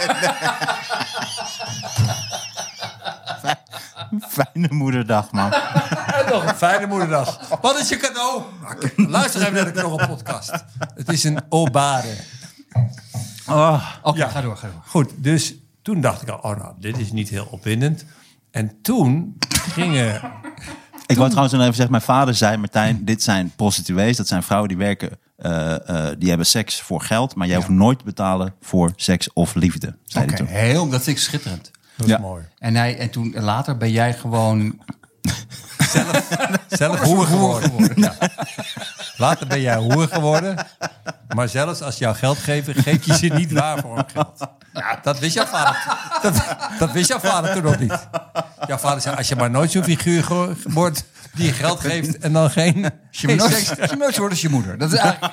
Fijne moederdag, man. En nog een fijne moederdag. Wat is je cadeau? Luister even naar de Knorrel-podcast. Het is een obade. Oh. Oké, Ja. ga door, ga door. Goed, dus toen dacht ik al, oh nou, dit is niet heel opwindend. En toen gingen... Ik wou trouwens nog even zeggen, mijn vader zei, Martijn, dit zijn prostituees. Dat zijn vrouwen die werken, uh, uh, die hebben seks voor geld. Maar jij hoeft nooit te betalen voor seks of liefde, zei Oké, hij toen. heel, dat vind ik schitterend. Dat is Ja. mooi. En, hij, en toen later ben jij gewoon Zelf hoer geworden. Ja. Later ben jij hoer geworden. Maar zelfs als jouw geld geven, geef je ze niet waar voor hun geld. Ja, dat wist jouw vader. Dat, dat wist jouw vader toen nog niet. Jouw vader zei, als je maar nooit zo'n figuur ge- wordt die je geld geeft en dan geen, Je geen moet nooit, seks. je moet nooit zo worden als je moeder. Dat is eigenlijk...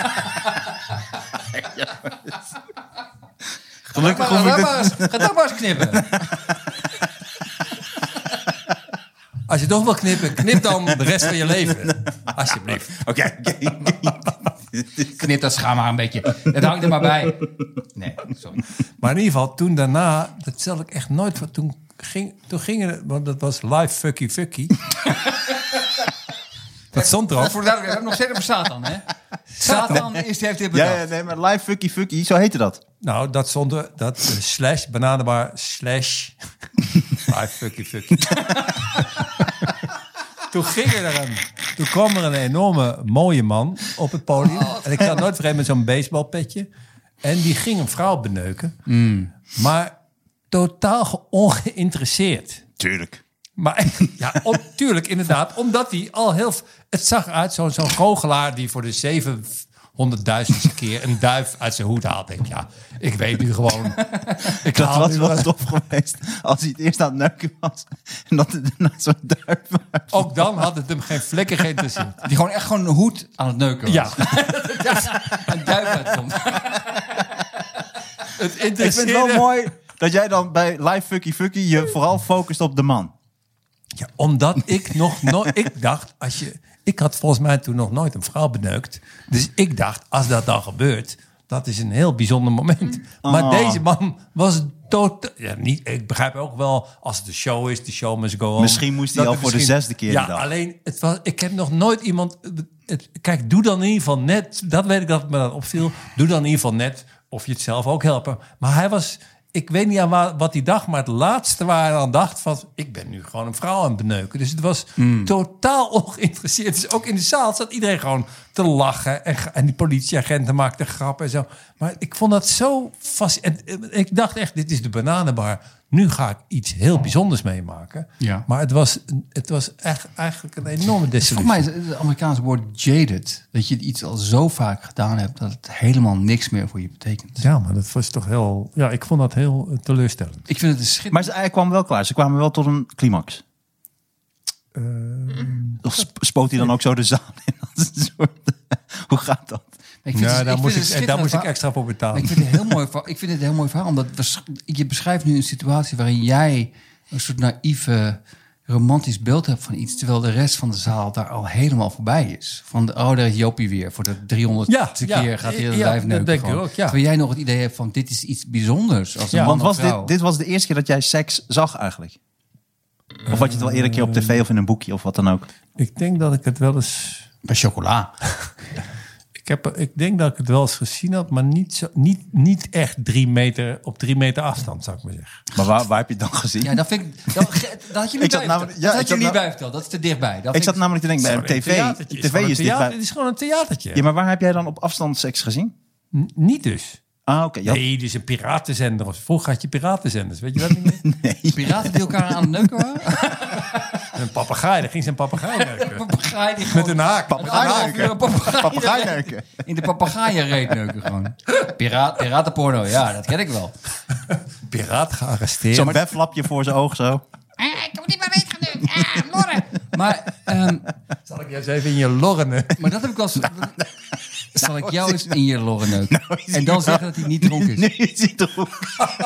Gelukkig Ga hoef daar ik maar eens- ga daar maar eens knippen. Als je toch wil knippen, knip dan de rest van je leven. Alsjeblieft. Oké, oké, oké. Knip dat schaam maar een beetje. Dat hang er maar bij. Nee, sorry. Maar in ieder geval, toen daarna, dat zal ik echt nooit... van- Toen, ging, toen gingen, want dat was live fucky fucky. Dat stond erop. Voor de duidelijkheid, we hebben nog steeds over Satan, hè? Satan is, die heeft dit Ja, bedacht. ja, nee, maar live fucky fucky, zo heette dat. Nou, dat stond er, dat uh, slash, bananenbar, slash, live fucky fucky. Toen ging er een, toen kwam er een enorme mooie man op het podium. En ik ga nooit vergeten met zo'n baseballpetje. En die ging een vrouw beneuken. Maar totaal ongeïnteresseerd. Tuurlijk. Maar ja, om, tuurlijk, inderdaad. Omdat hij al heel... Het zag uit zo'n zo'n goochelaar die voor de zevenhonderdduizendste keer een duif uit zijn hoed haalt. Denk, ja, ik weet nu gewoon... Ik Dat haal was nu wel wel- tof geweest als hij het eerst aan het neuken was. En dat er daarna zo'n duif was. Ook dan had het hem geen flikker geïnteresseerd. Die gewoon echt gewoon een hoed aan het neuken was. Ja, Een duif uitkomt. het Ik vind interesseerde... het wel mooi dat jij dan bij live fucky fucky je vooral focust op de man. Ja, omdat ik nog nooit... Ik dacht, als je... Ik had volgens mij toen nog nooit een vrouw beneukt. Dus ik dacht, als dat dan gebeurt... Dat is een heel bijzonder moment. Maar Oh. deze man was totaal... Ja, niet, ik begrijp ook wel, als het een show is, de show must go on. Misschien moest hij dat al het voor de misschien- zesde keer Ja, die dag. alleen, het was, ik heb nog nooit iemand... Het, kijk, doe dan in ieder geval net... Dat weet ik dat me dat opviel. Doe dan in ieder geval net of je het zelf ook helpen. Maar hij was... Ik weet niet aan wa- wat hij dacht, maar het laatste waar hij aan dacht van... ik ben nu gewoon een vrouw aan het beneuken. Dus het was totaal ongeïnteresseerd. Dus ook in de zaal zat iedereen gewoon te lachen. En, en die politieagenten maakten grappen en zo. Maar ik vond dat zo vast. En, en ik dacht echt, dit is de bananenbar. Nu ga ik iets heel bijzonders meemaken. Ja. Maar het was, het was echt, eigenlijk een enorme desillusie. Voor mij is het Amerikaanse woord jaded. Dat je iets al zo vaak gedaan hebt dat het helemaal niks meer voor je betekent. Ja, maar dat was toch heel... Ja, ik vond dat heel eh, teleurstellend. Ik vind het een schitterend. Maar ze, hij kwam wel klaar. Ze kwamen wel tot een climax. Of sp- spoot hij dan ook zo de zaal in? Dat is een soort- Hoe gaat dat? Ik vind Ja, het- daar ik moest vind ik, het daar moest ik schitterend extra voor betalen. Maar ik vind het een heel mooi verhaal. Ik vind het een heel mooi verhaal, omdat we- je beschrijft nu een situatie waarin jij een soort naïeve, romantisch beeld hebt van iets, terwijl de rest van de zaal daar al helemaal voorbij is. Van de, oh, daar is Jopie weer. Voor de driehonderdste Ja, ja. keer gaat hij het Ja, lijf dat neuken. denk ik gewoon. ook, ja. Terwijl jij nog het idee hebt van, dit is iets bijzonders als een Ja, man Want of was vrouw. dit, dit was de eerste keer dat jij seks zag eigenlijk? Of had je het wel eerder een keer op tv of in een boekje of wat dan ook? Ik denk dat ik het wel eens... Bij chocola. Ik, heb, ik denk dat ik het wel eens gezien had, maar niet, zo, niet, niet echt drie meter, op drie meter afstand, zou ik maar zeggen. Maar waar, waar heb je het dan gezien? Ja, dat vind ik... Dat, dat had je Ik niet zat bij namelijk- verteld. ja, Dat had ik je zat niet na- bij verteld. Dat is te dichtbij. Dat ik vind zat namelijk te denken, bij een Gewoon tv, theatertje. Het tv gewoon is een dit theater- bij... Het is gewoon een theatertje. Ja, maar waar heb jij dan op afstand seks gezien? N- niet dus. Ah, oké. Okay. Nee, dit is een piratenzender. Of vroeger had je piratenzenders, weet je dat niet meer? Nee. Piraten die elkaar aan het neuken waren? Een papegaai, daar ging zijn papegaai neuken. Papegaai die Met gewoon... een haak. Anderhalf uur een papegaai Papegaai in de- neuken. In de papegaaienreet neuken gewoon. Piraat, piratenporno, ja, dat ken ik wel. Piraat gearresteerd. Zo'n webflapje voor zijn oog zo. Ah, ik heb niet meer weet geneukt. Ah, lorren. Maar, ehm, Zal ik jou eens even in je lorren? maar dat heb ik wel eens... Zal ik jou eens in je lorren neuken? En dan zeggen dat hij niet dronken is. Nee, je ziet er ook.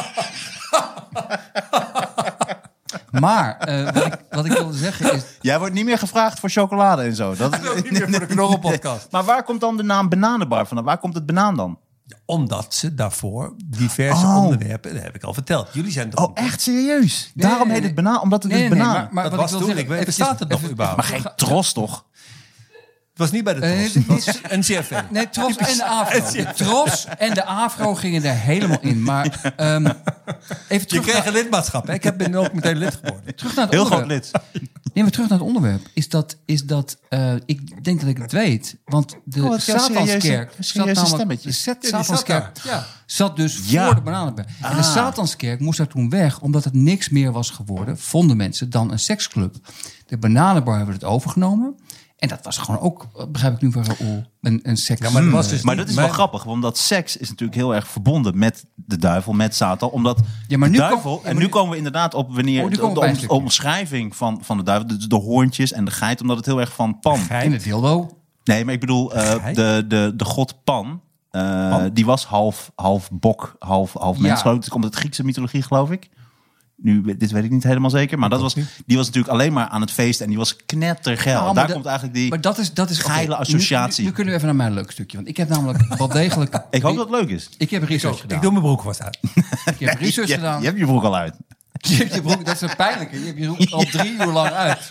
Maar, eh, wat, ik, wat ik wilde zeggen is... Jij wordt niet meer gevraagd voor chocolade en zo. Dat is Niet meer voor de Knorrelpodcast. Maar waar komt dan de naam Bananenbar vandaan? Waar komt het banaan dan? Omdat ze daarvoor diverse Oh. onderwerpen, dat heb ik al verteld. Jullie zijn toch... Oh, echt serieus? Daarom nee, heet het banaan, omdat het Nee, dus nee, nee, banaan. maar, maar Dat wat was ik wil toen, zeggen... ik weet- eventjes- bestaat het nog even- überhaupt? Maar geen tros toch? Het was niet bij de Eh, Tros, dit- het was een C R V. Nee, Tros en de Afro. De Tros en de Afro gingen er helemaal in. Maar um, even Je terug kreeg naar, een lidmaatschap. Hè? Ik heb ben ook meteen lid geworden. terug naar het Heel groot onderwerp. lid. Nee, maar terug naar het onderwerp. Is dat, is dat uh, ik denk dat ik het weet. Want de Oh, wat jouw Satanskerk serieuze- zat serieuze namelijk... stemmetje. De Sat- Ja, die zat Satanskerk daar. Ja. zat dus Ja. voor de Bananenberg. En de Ah. Satanskerk moest daar toen weg... omdat het niks meer was geworden, vonden mensen, dan een seksclub. De Bananenbar hebben het overgenomen... En dat was gewoon ook, begrijp ik nu van Raoul, een, een seks. Ja, maar dat was dus Maar niet dat is wel mijn- grappig, omdat seks is natuurlijk heel erg verbonden met de duivel, met Satan. Omdat Ja, maar de nu duival, kom- ja, maar en nu nu- komen we inderdaad op wanneer Oh, nu de, komen we de bij een om- stukje. omschrijving van, van de duivel, dus de hoorntjes en de geit, omdat het heel erg van Pan. En de dildo. Nee, maar ik bedoel, eh, Geit? de, de, de god Pan, eh, Pan? die was half, half bok, half, half mens, Ja. geloof ik. Het komt uit de Griekse mythologie, geloof ik. Nu, dit weet ik niet helemaal zeker, maar dat was, die was natuurlijk alleen maar aan het feesten en die was knettergeil. Ah, maar Daar dat- komt eigenlijk die... Maar dat is, dat is oké. geile Nu- associatie. Nu, nu kunnen we even naar mijn leuk stukje. Want ik heb namelijk wel degelijk... Ik hoop dat het leuk is. Ik heb research gedaan. Ik doe mijn broek vast uit. Ik heb research je, gedaan. je hebt je broek al uit. Je hebt je broek, dat is een pijnlijke. Je hebt je broek al drie uur lang uit.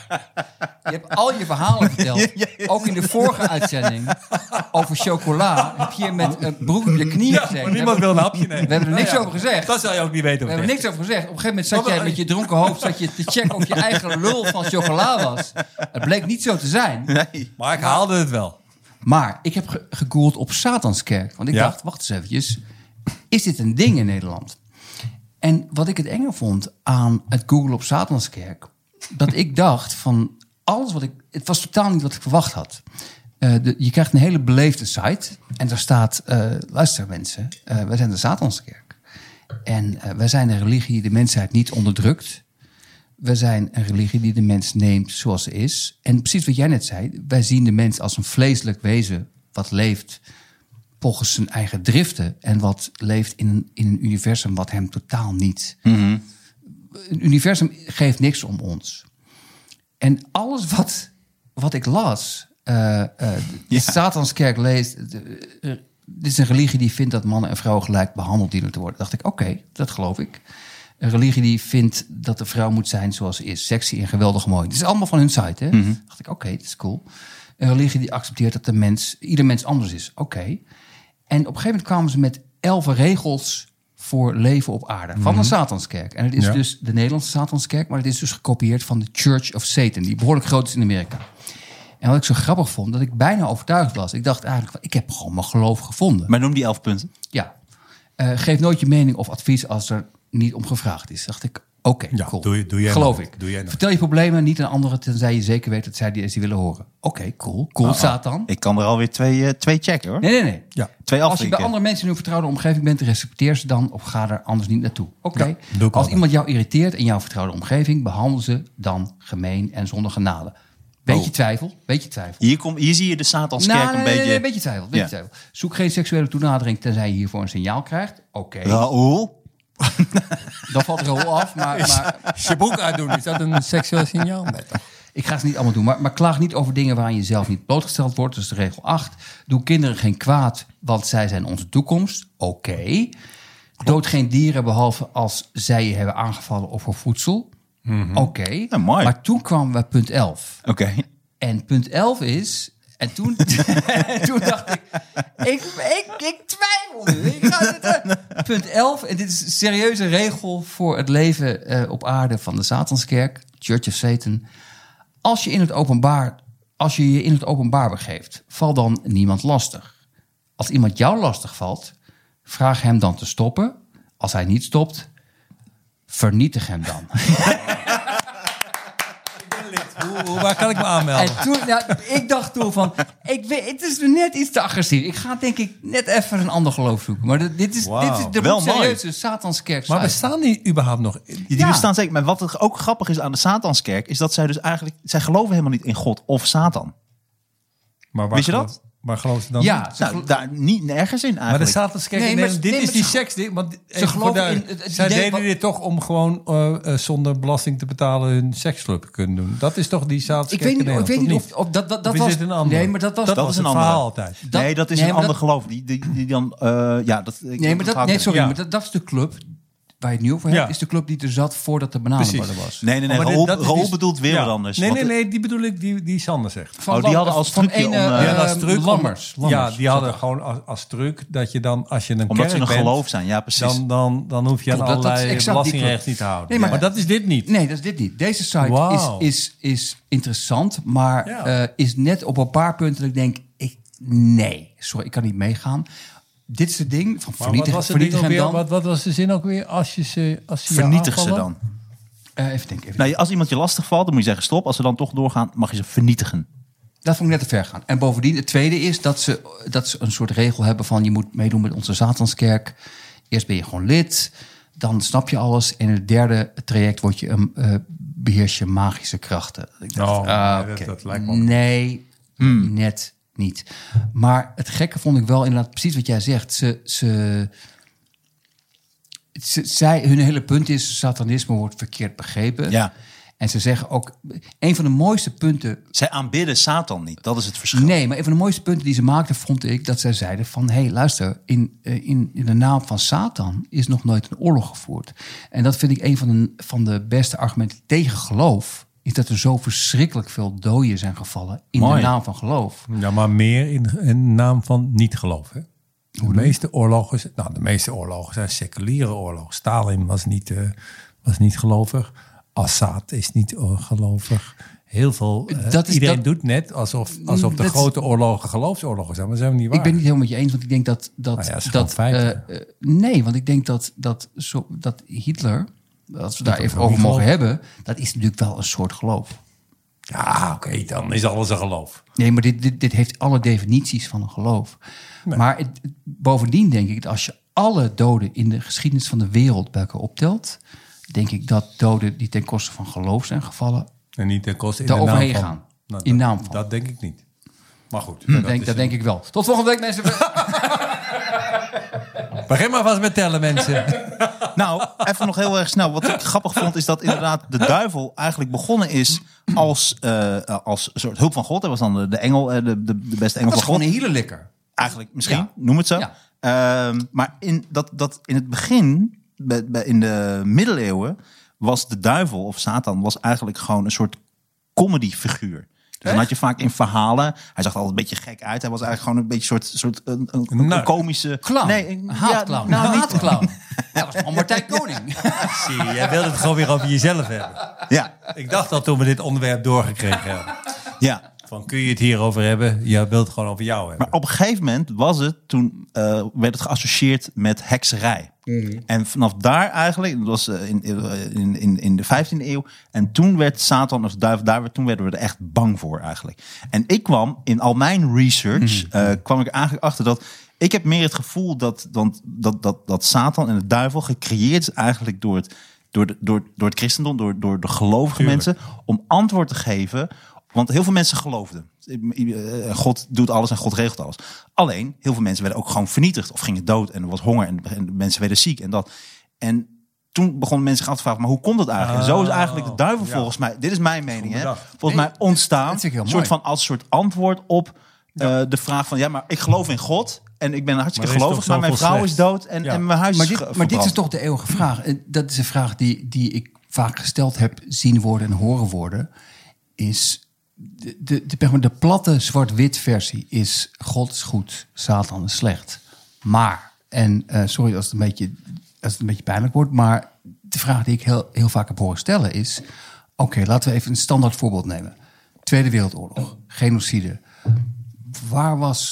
Je hebt al je verhalen verteld. Ook in de vorige uitzending over chocola. Heb je met een broek op je knieën gezeten. Maar niemand wil een hapje nemen. We hebben er niks Nou ja, over gezegd. Dat zou je ook niet weten. We of hebben het niks over gezegd. Op een gegeven moment zat Maar- jij met je dronken hoofd zat je te checken of je eigen lul van chocola was. Het bleek niet zo te zijn. Nee. is. Maar ik haalde het wel. Maar ik heb ge- gegoogeld op Satanskerk. Want ik Ja. dacht, wacht eens eventjes. Is dit een ding in Nederland? En wat ik het enge vond aan het googlen op Satanskerk... dat ik dacht van alles wat ik... Het was totaal niet wat ik verwacht had. Eh, de, je krijgt een hele beleefde site. En daar staat, eh, luister mensen, eh, wij zijn de Satanskerk. En eh, wij zijn een religie die de mensheid niet onderdrukt. We zijn een religie die de mens neemt zoals ze is. En precies wat jij net zei, wij zien de mens als een vleeselijk wezen... wat leeft volgens zijn eigen driften... en wat leeft in een, in een universum wat hem totaal niet... Mm-hmm. Een universum geeft niks om ons. En alles wat, wat ik las... eh eh de Ja. Satanskerk leest... de- eh, dit is een religie die vindt dat mannen en vrouwen gelijk behandeld dienen te worden. Dacht ik, oké, dat geloof ik. Een religie die vindt dat de vrouw moet zijn zoals ze is. Sexy en geweldig mooi. Dit is allemaal van hun site, hè? Dacht ik, oké, dat is cool. Een religie die accepteert dat de mens, ieder mens anders is. Oké. En op een gegeven moment kwamen ze met elf regels voor leven op aarde. Van de Satanskerk. En het is Ja. dus de Nederlandse Satanskerk... maar het is dus gekopieerd van de Church of Satan... die behoorlijk groot is in Amerika. En wat ik zo grappig vond, dat ik bijna overtuigd was. Ik dacht eigenlijk, ik heb gewoon mijn geloof gevonden. Maar noem die elf punten. Ja. Uh, geef nooit je mening of advies als er niet om gevraagd is. Dacht ik, oké, okay, Ja, cool. doe je- doe jij Geloof nooit. ik. Doe jij nooit. Vertel je problemen niet aan anderen... tenzij je zeker weet dat zij die, die willen horen. Oké, okay, cool. Cool, Oh, Satan. Ik kan er alweer twee, uh, twee checken hoor. Nee, nee, nee. Ja. Twee Als je afvinken. bij andere mensen in een vertrouwde omgeving bent... respecteer ze dan of ga er anders niet naartoe. Oké. Ja, doe ik Als altijd. iemand jou irriteert in jouw vertrouwde omgeving... behandel ze dan gemeen en zonder genade. Beetje Oh. twijfel, beetje twijfel. Hier, kom, hier zie je de Satanskerk Nou, een nee, beetje... nee, nee, een beetje twijfel. Beetje Ja. twijfel. Zoek geen seksuele toenadering tenzij je hiervoor een signaal krijgt. Oké, Raoul? dan valt er al af. Maar, maar Als je broek uitdoen, is dat een seksueel signaal? Nee, toch? ik ga ze niet allemaal doen. Maar, maar klaag niet over dingen waaraan je zelf niet blootgesteld wordt. Dus de regel acht. Doe kinderen geen kwaad, want zij zijn onze toekomst. Oké. Dood geen dieren behalve als zij je hebben aangevallen of voor voedsel. Oké. Ja, mooi. Maar toen kwamen we punt elf. Oké. En punt elf is... En toen, toen dacht ik, ik, ik, ik twijfel nu. Ik ga dit, uh. Punt elf, en dit is een serieuze regel voor het leven uh, op aarde van de Satanskerk, Church of Satan. Als je, in het openbaar, als je je in het openbaar begeeft, val dan niemand lastig. Als iemand jou lastig valt, Vraag hem dan te stoppen. Als hij niet stopt, vernietig hem dan. Hoe, hoe, waar kan ik me aanmelden? En toen, nou, ik dacht toen van, ik weet, het is net iets te agressief. Ik ga denk ik net even een ander geloof zoeken. Maar dit, dit is, Wauw. dit is de Wel mooi. serieuze Satanskerk. Maar bestaan die überhaupt nog? Die, die Ja. bestaan zeker. Maar wat er ook grappig is aan de Satanskerk... is dat zij dus eigenlijk... zij geloven helemaal niet in God of Satan. Maar waar Wist je geloof- dat? Waar geloven ze dan? Ja, niet? ze Nou, gelo- daar niet nergens in Maar de eigenlijk. Satanskerk, Nee, nee, maar- dit nee, is maar die ze- seksding. Want even geloven voor duidelijk- in het- het zij idee deden van- dit toch om gewoon uh, uh, zonder belasting te betalen hun seksclub te kunnen doen. Dat is toch die Satanskerk ik weet niet, in ik weet Nederland, niet of of, of dat, dat, dat Of is was... dit een ander? Nee, maar dat was... Dat, Dat was is een het andere. verhaal altijd. dat- nee, dat is nee, een maar ander dat- geloof. Die, die, die dan... uh, ja, dat, ik- Nee, maar dat, nee, sorry, Ja. maar dat, dat is de club waar je het nu over hebt. Ja. Is de club die er zat voordat de bananenbarren Precies. was. Nee, nee, nee. Oh, maar Raoul, dit- dat is Raoul die- bedoelt weer ja. wat anders. Nee, nee, Want- nee, die bedoel ik, die, die Sander zegt. Van, Oh, die hadden als van trucje ene, om, uh, eh, Ja, dat is truc om- Lammers. Lammers. Ja, die hadden gewoon als, als truc dat je dan, als je een Omdat kerk ze een bent, geloof zijn. Ja, precies. dan, dan, dan hoef je aan Klopt, dat- dat is allerlei exact die belastingrecht club. niet te houden. Nee, maar- maar dat is dit niet. Nee, dat is dit niet. Deze site Wauw. is, is, is interessant, maar Ja. eh, is net op een paar punten dat ik denk... Ik, nee, sorry, ik kan niet meegaan. Dit is het ding van Maar wat vernietig, was, het ding vernietig ook hem weer, dan. wat, wat was de zin ook weer? Als je ze, als ze je Vernietig ze aanvallen? dan. Eh, even denken. Even Nou, als iemand je lastig valt, dan moet je zeggen stop. Als ze dan toch doorgaan, mag je ze vernietigen. Dat vond ik net te ver gaan. En bovendien, het tweede is dat ze, dat ze een soort regel hebben van... je moet meedoen met onze Satanskerk. Eerst ben je gewoon lid, dan snap je alles. En in het derde traject word je een uh, beheers je magische krachten. Ik dacht, Oh, ah, nee, dat- oké. dat lijkt me ook- Nee, net niet. Maar het gekke vond ik wel inderdaad precies wat jij zegt. Ze... ze Ze, zij, hun hele punt is, satanisme wordt verkeerd begrepen. Ja. En ze zeggen ook, een van de mooiste punten... Zij aanbidden Satan niet. Dat is het verschil. Nee, maar een van de mooiste punten die ze maakten, vond ik... dat zij zeiden van, hé, hey, luister, in, uh, in, in de naam van Satan is nog nooit een oorlog gevoerd. En dat vind ik een van de, van de beste argumenten tegen geloof... is dat er zo verschrikkelijk veel doden zijn gevallen in Mooi. de naam van geloof. Ja, maar meer in, in de naam van niet geloven. De meeste oorlogen, nou, de meeste oorlogen zijn seculiere oorlogen. Stalin was niet, uh, was niet gelovig. Assad is niet uh, gelovig. Heel veel. Uh, Dat is- iedereen dat- doet net alsof, alsof de Dat- grote oorlogen geloofsoorlogen zijn. Maar dat zijn niet waar. Ik ben niet helemaal met je eens, want ik denk dat... dat, Nou ja, dat is gewoon dat feiten. uh, uh, nee, want ik denk dat, dat, zo, dat Hitler, als we daar Dat even ook over niet mogen geloof. hebben... dat is natuurlijk wel een soort geloof. Ja, oké, okay, dan is alles een geloof. Nee, maar dit, dit, dit heeft alle definities van een geloof. Nee. Maar het, het- bovendien denk ik dat als je alle doden in de geschiedenis van de wereld bij elkaar optelt... denk ik dat doden die ten koste van geloof zijn gevallen... En niet ten koste in Daar de naam overheen van. gaan. Nou, In dat, naam van. Dat denk ik niet. Maar goed. Dat, dat denk, is dat een- denk ik wel. Tot volgende week, mensen. Begin maar vast met tellen, mensen. Nou, even nog heel erg snel. Wat ik grappig vond, is dat inderdaad de duivel eigenlijk begonnen is als, uh, als een soort hulp van God. Hij was dan de, de engel, uh, de, de, de beste engel Dat was van God. gewoon een hielenlikker. Eigenlijk, misschien, Ja. noem het zo. Ja. Um, maar in, dat, dat in het begin, bij, bij, in de middeleeuwen, was de duivel of Satan was eigenlijk gewoon een soort comedyfiguur. Dus dan had je vaak in verhalen, hij zag er altijd een beetje gek uit. Hij was eigenlijk gewoon een beetje soort, soort een, een, een Nou, komische... Clown. Nee, een ja, haatclown. nou, een niet- haatclown. Dat was van Martijn Koning. Zie, jij wilde het gewoon weer over jezelf hebben. Ja, Ik dacht al toen we dit onderwerp doorgekregen hebben. ja. Van, kun je het hierover hebben? Je wilt het gewoon over jou hebben. Maar op een gegeven moment was het, toen uh, werd het geassocieerd met hekserij. Mm. En vanaf daar eigenlijk, dat was uh, in, in, in, in de vijftiende eeuw. En toen werd Satan, of de duivel, daar, toen werden we er echt bang voor eigenlijk. En ik kwam in al mijn research, mm. uh, kwam ik eigenlijk achter dat... Ik heb meer het gevoel dat, dat, dat, dat, dat Satan en de duivel gecreëerd is eigenlijk door het, door de, door, door het christendom, door, door de gelovige Tuurlijk. mensen, om antwoord te geven. Want heel veel mensen geloofden. God doet alles en God regelt alles. Alleen, heel veel mensen werden ook gewoon vernietigd. Of gingen dood en er was honger en de mensen werden ziek en dat. En toen begonnen mensen zich af te vragen, maar hoe komt dat eigenlijk? En zo is eigenlijk de duivel ja. volgens mij, dit is mijn mening, hè, bedacht. volgens Nee, mij ontstaan. dat vind ik heel Een soort mooi. van als soort antwoord op uh, de vraag van, ja, maar ik geloof in God. En ik ben hartstikke Maar er is gelovig, toch maar mijn zoveel vrouw is slechts. dood en, Ja. en mijn huis Maar is dit, ge- maar dit verbrand. is toch de eeuwige vraag. En dat is een vraag die, die ik vaak gesteld heb, zien worden en horen worden. Is de, de, de, de platte zwart-wit versie is God is goed, Satan is slecht. Maar, en uh, sorry als het, een beetje, als het een beetje pijnlijk wordt, maar de vraag die ik heel, heel vaak heb horen stellen is, oké, okay, laten we even een standaard voorbeeld nemen. Tweede Wereldoorlog, genocide. Waar was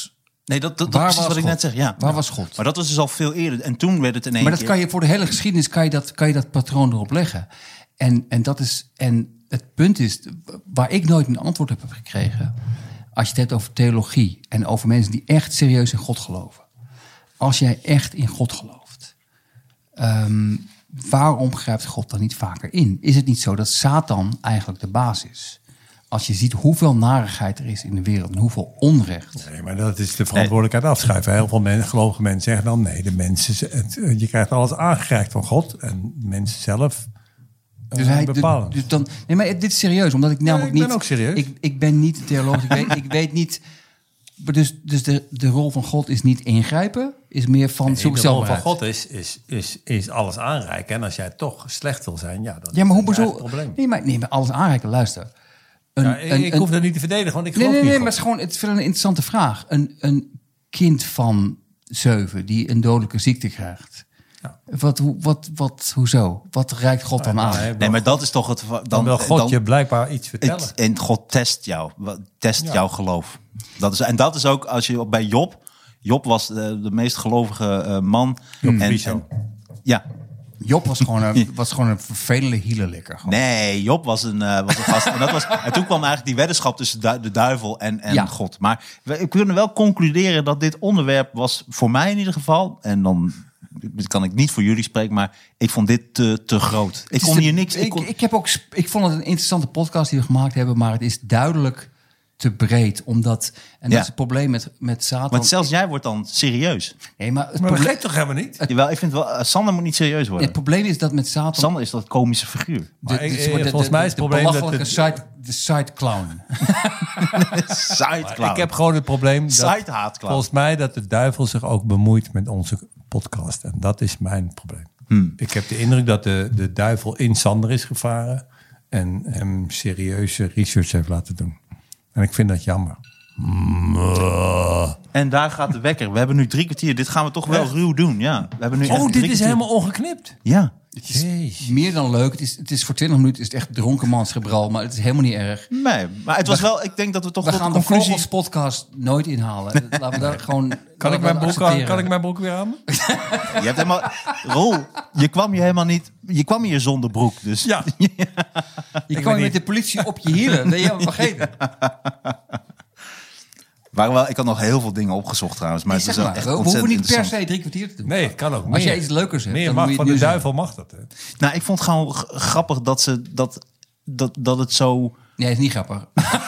Nee, dat, dat, dat Waar precies was wat ik God? net zeg. Ja. Waar was God? Maar dat was dus al veel eerder. En toen werd het in één Maar dat keer... kan je voor de hele geschiedenis kan je dat, kan je dat patroon erop leggen. En, en, dat is, en het punt is, waar ik nooit een antwoord op heb gekregen, als je het hebt over theologie en over mensen die echt serieus in God geloven. Als jij echt in God gelooft, um, waarom grijpt God dan niet vaker in? Is het niet zo dat Satan eigenlijk de baas is? Als je ziet hoeveel narigheid er is in de wereld en hoeveel onrecht. Nee, maar dat is de verantwoordelijkheid afschuiven. Heel veel mensen, gelovige mensen zeggen dan... nee, de mensen, het, je krijgt alles aangereikt van God. En mensen zelf Dus uh, hij, bepalen. dus dan, nee, maar dit is serieus, omdat ik namelijk ik ben niet... ook serieus. Ik, ik ben niet theoloog, ik weet, ik weet niet... Dus, dus de, de rol van God is niet ingrijpen, is meer van Nee, zoek de zelf rol van uit. God is, is, is, is alles aanreiken. En als jij toch slecht wil zijn, ja, dat Ja, maar hoe is een bedoel... eigen probleem. Nee, maar, nee, maar alles aanreiken, luister. Een, Ja, ik een- ik een- hoef dat niet te verdedigen, want ik Nee, geloof nee, nee, niet maar in het is God. gewoon het is wel een interessante vraag. Een, een kind van zeven die een dodelijke ziekte krijgt. Ja. Wat, hoe- wat, wat, hoezo? Wat reikt God dan aan? Nee, Nee, maar dat is toch het... Dan, dan wil God dan- je blijkbaar iets vertellen. Het, en God test jou. Wat- Test Ja. jouw geloof. Dat is, en dat is ook als je bij Job... Job was de, de meest gelovige eh, man. Job en, Frieso. en- ja. Job was gewoon een, was gewoon een vervelende hielenlikker. gewoon. Nee, Job was een, eh, was een gast. En, dat was, en toen kwam eigenlijk die weddenschap tussen du- de duivel en, en Ja. God. Maar we, we kunnen wel concluderen dat dit onderwerp was, voor mij in ieder geval... en dan kan ik niet voor jullie spreken, maar ik vond dit te, te groot. Ik Het is kon de- hier niks... Ik, kon- ik, heb ook, sp- ik vond het een interessante podcast die we gemaakt hebben, maar het is duidelijk te breed. Omdat, en dat Ja. is het probleem met, met Satan. want zelfs jij wordt dan serieus. Nee, maar het, Maar dat probleem, geeft toch helemaal niet? Jawel, ik vind wel, eh, Sander moet niet serieus worden. het probleem is dat met Satan... Sander is dat komische figuur. Maar ik- de- eh, de- volgens de- mij is het de probleem dat belachelijke het- side, de side clown. Side Ik heb gewoon het probleem dat, Side haatclown. volgens mij dat de duivel zich ook bemoeit met onze podcast. En dat is mijn probleem. Hmm. Ik heb de indruk dat de, de duivel in Sander is gevaren en hem serieuze research heeft laten doen. En ik vind dat jammer. En daar gaat de wekker. We hebben nu drie kwartier. Dit gaan we toch wel Echt? ruw doen. Ja. We hebben nu echt Oh, dit drie is kwartier. helemaal ongeknipt. Ja. Jeez. Meer dan leuk. Het is, het is voor twintig minuten is het echt dronkenmansgebral, maar het is helemaal niet erg. Nee, maar het was wel... Ik denk dat we toch We tot gaan de de conclusie... Vogels podcast nooit inhalen. Laten we daar gewoon... Kan laten ik, we mijn dat broek aan, accepteren. kan ik mijn broek weer aan? Je hebt helemaal... Roel, je kwam hier helemaal niet... Je kwam hier zonder broek, dus... Ja. Je weet kwam niet. met de politie op je hielen. Dat je vergeten. Waren wel, ik had nog heel veel dingen opgezocht trouwens. Maar Nee, het zeg is maar, echt we hoeven ontzettend niet per interessant. se drie kwartier te doen. Nee, het kan ook meer. Als jij iets leukers hebt, Meer dan mag moet je van het de nu duivel mag dat. Hè? Nou, ik vond het gewoon g- grappig dat ze... Dat, dat, dat het zo... Nee, het is niet grappig.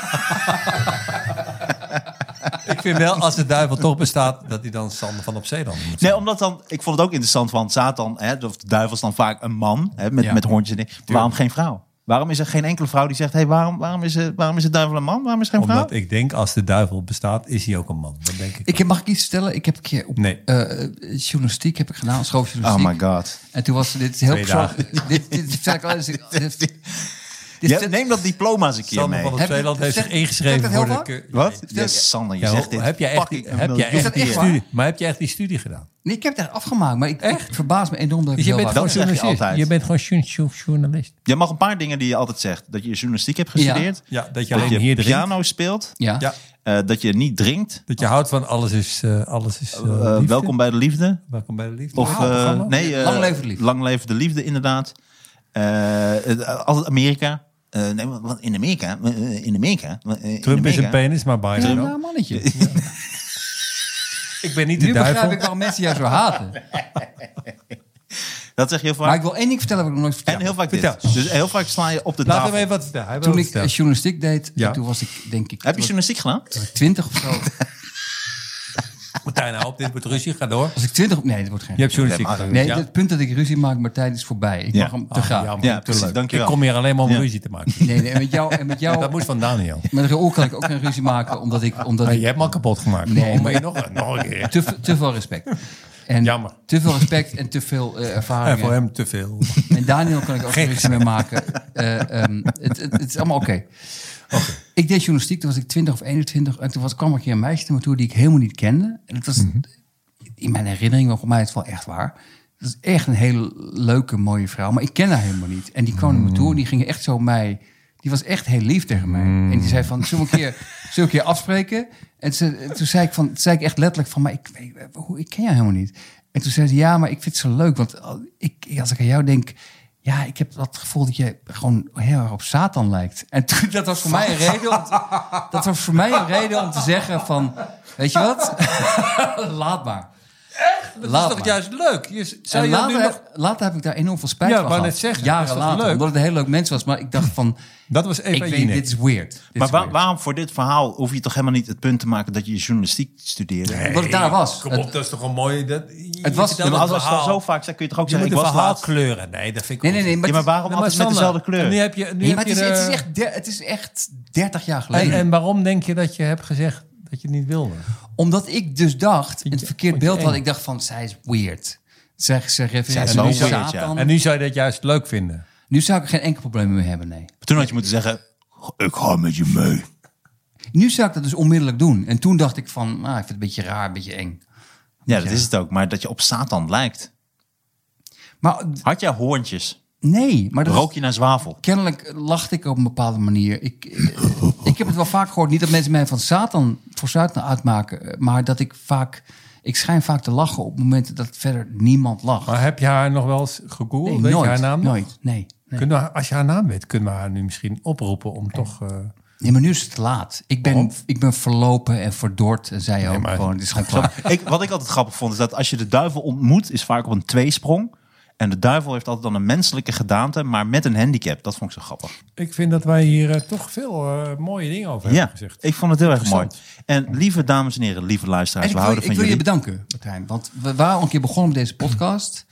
Ik vind wel, als de duivel toch bestaat, dat hij dan Sander van op zee dan moet zijn. Nee, omdat dan... Ik vond het ook interessant, want Satan... Hè, of de duivel is dan vaak een man. Hè, met, Ja. met hoortjes en dingen. Maar waarom geen vrouw? Waarom is er geen enkele vrouw die zegt... Hey, waarom, waarom, is, er, waarom is de duivel een man? Waarom is er geen vrouw? Omdat ik denk, als de duivel bestaat, is hij ook een man. Dat denk ik. Ik heb, mag ik iets vertellen? Ik heb een keer op Nee. eh, journalistiek heb ik gedaan, Oh schooljournalistiek. my god. En toen was dit heel Twee persoonlijk. Dit, dit vertel ik al eens. Dit, dit, dit, Ja, dit- neem dat diploma eens een keer Sander mee. van op Heb- Zeeland heeft zeg- zich ingeschreven zeg ik voor dat de... heel ke- Wat? Nee. Ja, Sander, je Ja, zegt dit. heb jij echt fucking die, een heb jij miljoen echt dat die echt studie, maar heb je echt die studie gedaan? Nee, ik heb het echt afgemaakt, maar ik, ik verbaas me enorm dat ik Dus je het bent wel gewoon Dat zeg je journalist. altijd. Je bent gewoon jour- jour- journalist. Je mag een paar dingen die je altijd zegt. Dat je journalistiek hebt gestudeerd. Ja, dat je Dat alleen je hier drinkt. piano speelt. Ja. Ja, eh, dat je niet drinkt. dat je houdt van alles is, eh, alles is eh, Eh, liefde. welkom bij de liefde. Welkom bij de liefde. Of Wauw, eh, programma. nee, eh, Lang leven de liefde. Lang leven de liefde, inderdaad. Eh, het- altijd Amerika. Eh, nee, wat in Amerika? Eh, In Amerika? Eh, in Trump is Amerika? een penis, maar bijna Ja, wel. nou, mannetje. Ik ben niet de Nu begrijp duivel. ik waarom mensen jou zo haten. Dat zeg je heel vaak. Maar ik wil één ding vertellen wat ik nog nooit verteld en heel vaak dit. Vertel. Dus heel vaak sla je op de Laat tafel. hem even wat vertellen. Hij wil Toen wat ik eh, vertellen. journalistiek deed, Ja. toen was ik denk ik... Heb je journalistiek gedaan? was ik twintig of zo. Martijn, nou op, dit wordt ruzie. Ga door. Was ik twintig? Nee, dat wordt geen... Je hebt journalistiek Nee, gedaan. Nee, ja? het punt dat ik ruzie maak, Martijn, is voorbij. Ik Ja. mag hem te Ah, gaan. jammer. Ja, Te precies. leuk. Dankjewel. Ik kom hier alleen maar om Ja. ruzie te maken. Nee, nee, en met jou, en met jou, Dat moet van Daniel. met Raoul kan ik ook geen ruzie maken, omdat ik, omdat Maar ik je hebt me al kapot gemaakt. Nee, Oh, maar- maar nog, nog een keer. te, te veel respect. En Jammer. te veel respect en te veel eh, En ervaring. voor hem te veel. En Daniel kan ik ook geen ruzie mee maken. Eh, ehm, het, het, het is allemaal oké. Ik deed journalistiek, toen was ik twintig of eenentwintig. En toen was, kwam er een keer een meisje naar me toe die ik helemaal niet kende. En het was in mijn herinnering, maar voor mij is het wel echt waar. Het was echt een hele leuke, mooie vrouw. Maar ik ken haar helemaal niet. En die kwam naar me toe en die ging echt zo mij Die was echt heel lief tegen mij. Mm. En die zei van, zullen we een keer, zullen we een keer afspreken? En ze, toen zei ik, van, zei ik echt letterlijk van, maar ik, ik, ik ken jou helemaal niet. En toen zei ze, ja, maar ik vind het zo leuk. Want ik, als ik aan jou denk... Ja, ik heb dat gevoel dat je gewoon heel erg op Satan lijkt. En toen, dat was voor mij een reden om te, dat was voor mij een reden om te zeggen van... Weet je wat? Laat maar. Dat Laat is toch maar. juist leuk? Je, zou En je later, nu nog... later heb ik daar enorm veel spijt Ja, van wou gehad. net zeggen, Jaren dat is toch later, leuk? omdat het een heel leuk mens was. Maar ik dacht van... Dat was ik even weet, dit is weird. Dit Maar is waar- weird. waarom voor dit verhaal hoef je toch helemaal niet het punt te maken dat je journalistiek studeerde? Nee, Omdat ik daar was. Kom op, Het- dat is toch een mooie... Dat, je, Het was- vertelt Ja, maar als het als je dat verhaal. zo vaak zegt, kun je toch ook Je moet zeggen, de ik was verhaal laatst. kleuren. Nee, dat vind ik Nee, nee, nee. Maar Ja, maar het is- waarom Nee, maar altijd met Sander, dezelfde kleur? Nu heb je, nu nee, heb maar het, je is, de- het, is echt der- het is echt dertig jaar en, geleden. en waarom denk je dat je hebt gezegd dat je het niet wilde? Omdat ik dus dacht, Vind je- het verkeerd vond je beeld had. eng? Ik dacht van, zij is weird. Zeg, zeg even, Zij is en zo nu weird, Satan. ja. En nu zou je dat juist leuk vinden. Nu zou ik er geen enkel probleem mee hebben, nee. Toen had je moeten zeggen, ik ga met je mee. Nu zou ik dat dus onmiddellijk doen. En toen dacht ik van, ah, ik vind het een beetje raar, een beetje eng. Ja, dat is het ook. Maar dat je op Satan lijkt. Maar Had jij hoorntjes? nee, maar dat was- Rook je naar zwavel? kennelijk lachte ik op een bepaalde manier. Ik, eh, ik heb het wel vaak gehoord, niet dat mensen mij van Satan voor Satan uitmaken, maar dat ik vaak, ik schijn vaak te lachen op momenten dat verder niemand lacht. Maar heb je haar nog wel eens gegoogeld? Nee, Weet nooit, je haar naam nog? nooit, nee. nee. Kunnen we, als je haar naam weet, kunnen we haar nu misschien oproepen om toch... eh, Nee, maar nu is het te laat. Ik ben, Waarom? ik ben verlopen en verdord. En zij ook maar- gewoon, het is gewoon klaar. Ik, wat ik altijd grappig vond, is dat als je de duivel ontmoet, is vaak op een tweesprong. En de duivel heeft altijd dan een menselijke gedaante, maar met een handicap. Dat vond ik zo grappig. ik vind dat wij hier eh, toch veel eh, mooie dingen over hebben Ja, gezegd. ik vond het heel erg mooi. Interessant. En lieve dames en heren, lieve En luisteraars, ik we wil, houden ik van wil je jullie. bedanken, Martijn. Want we waren al een keer begonnen met deze podcast.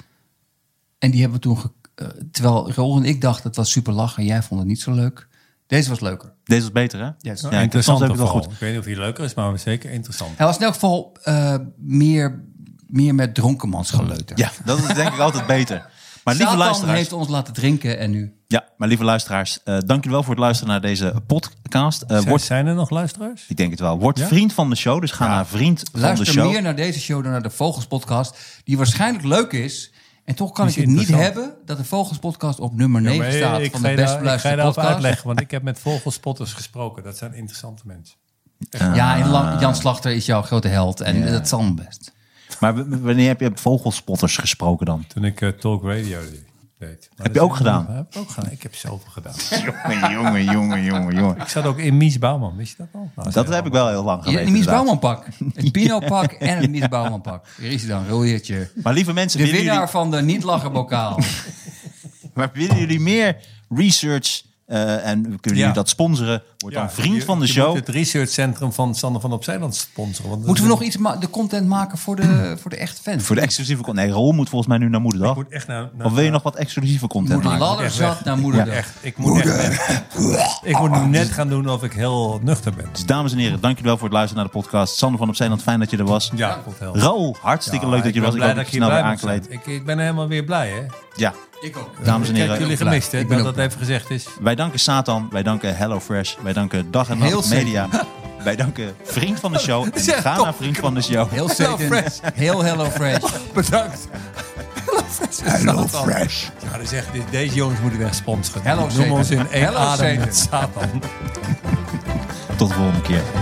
En die hebben we toen... Ge, uh, terwijl Raoul en ik dachten, het was super lachen. En jij vond het niet zo leuk. Deze was leuker. Deze was beter, hè? Yes. Ja, Nou, ik- interessant soms heb ik het wel vooral. Ik weet niet of hij leuker is, maar zeker interessant. Hij was in elk geval uh, meer, meer met dronkenmansgeleuter. Ja, dat is denk ik altijd beter. Maar lieve Satan luisteraars, heeft ons laten drinken en nu... ja, maar lieve luisteraars, uh, dank jullie wel voor het luisteren naar deze podcast. Uh, Zijn, word, zijn er nog luisteraars? ik denk het wel. Word Ja? vriend van de show, dus ga naar vriend van de Luister show. meer naar deze show dan naar de Vogels podcast. Die waarschijnlijk leuk is. En toch kan Die ik is het niet interessant. hebben dat de Vogels podcast op nummer negen maar staat ik van ga de je best daar- ik ga je beluisterde daarop podcast. uitleggen, want ik heb met vogelspotters gesproken. Dat zijn interessante mensen. Ja, en La- Jan Slachter is jouw grote held. En dat is allemaal best. Maar w- w- wanneer heb je vogelspotters gesproken dan? Toen ik uh, Talk Radio deed. deed. Maar Heb dat je ook is- gedaan? Heb ik ook gedaan. Ik heb zoveel gedaan. Jongen, jongen, jongen, jongen, jongen. Ik zat ook in Mies Bouwman. Wist je dat al? Nou, Dat heb ik wel heel lang Ja, geleden. een Mies inderdaad. Bouwman pak. Een Pino pak en een Mies Bouwman pak. Hier is hij dan, Roeliertje. Maar lieve mensen, De willen winnaar jullie, van de niet-lachen bokaal. maar willen jullie meer research uh, en kunnen jullie Ja. dat sponsoren? Word dan vriend je- van de je show. moet het researchcentrum van Sander van Opzijland sponsoren. Want dat Moeten we is- nog iets ma- de content maken voor de, voor de echte fans? Voor de exclusieve content. Nee, Raoul moet volgens mij nu naar moederdag. Ik moet echt naar, naar Of wil je nog wat exclusieve content Moet een maken? ladder echt zat weg. naar Ik moeder. moet echt, ik moet echt net, ik moet nu net gaan doen of ik heel nuchter ben. Dus dames en heren, dank jullie wel voor het luisteren naar de podcast. Sander van Opzijland, fijn dat je er was. Ja, goed heel. Raoul, hartstikke Ja, leuk dat je ik er ben was. Ik blij hoop dat dat ik je hier snel blij weer mag zijn. aankleed. Ik, ik ben helemaal weer blij, hè? Ja, Ik ook. dames en Ik heb heren. jullie gemist, hè? Ik Ik ben dat ook dat even gezegd is. Wij danken Satan, wij danken HelloFresh, wij danken Dag en Heel Nacht Media. Wij danken Vriend van de Show. En Zeg, ga top. naar Vriend van de Show. Heel Satan. Fresh. Heel Hello Fresh. Bedankt. Hello Fresh. Ja, dus echt, dit- deze jongens moeten weg sponsoren. Hello, Noem Satan. ons in één Hello, adem Satan. met Satan. Tot de volgende keer.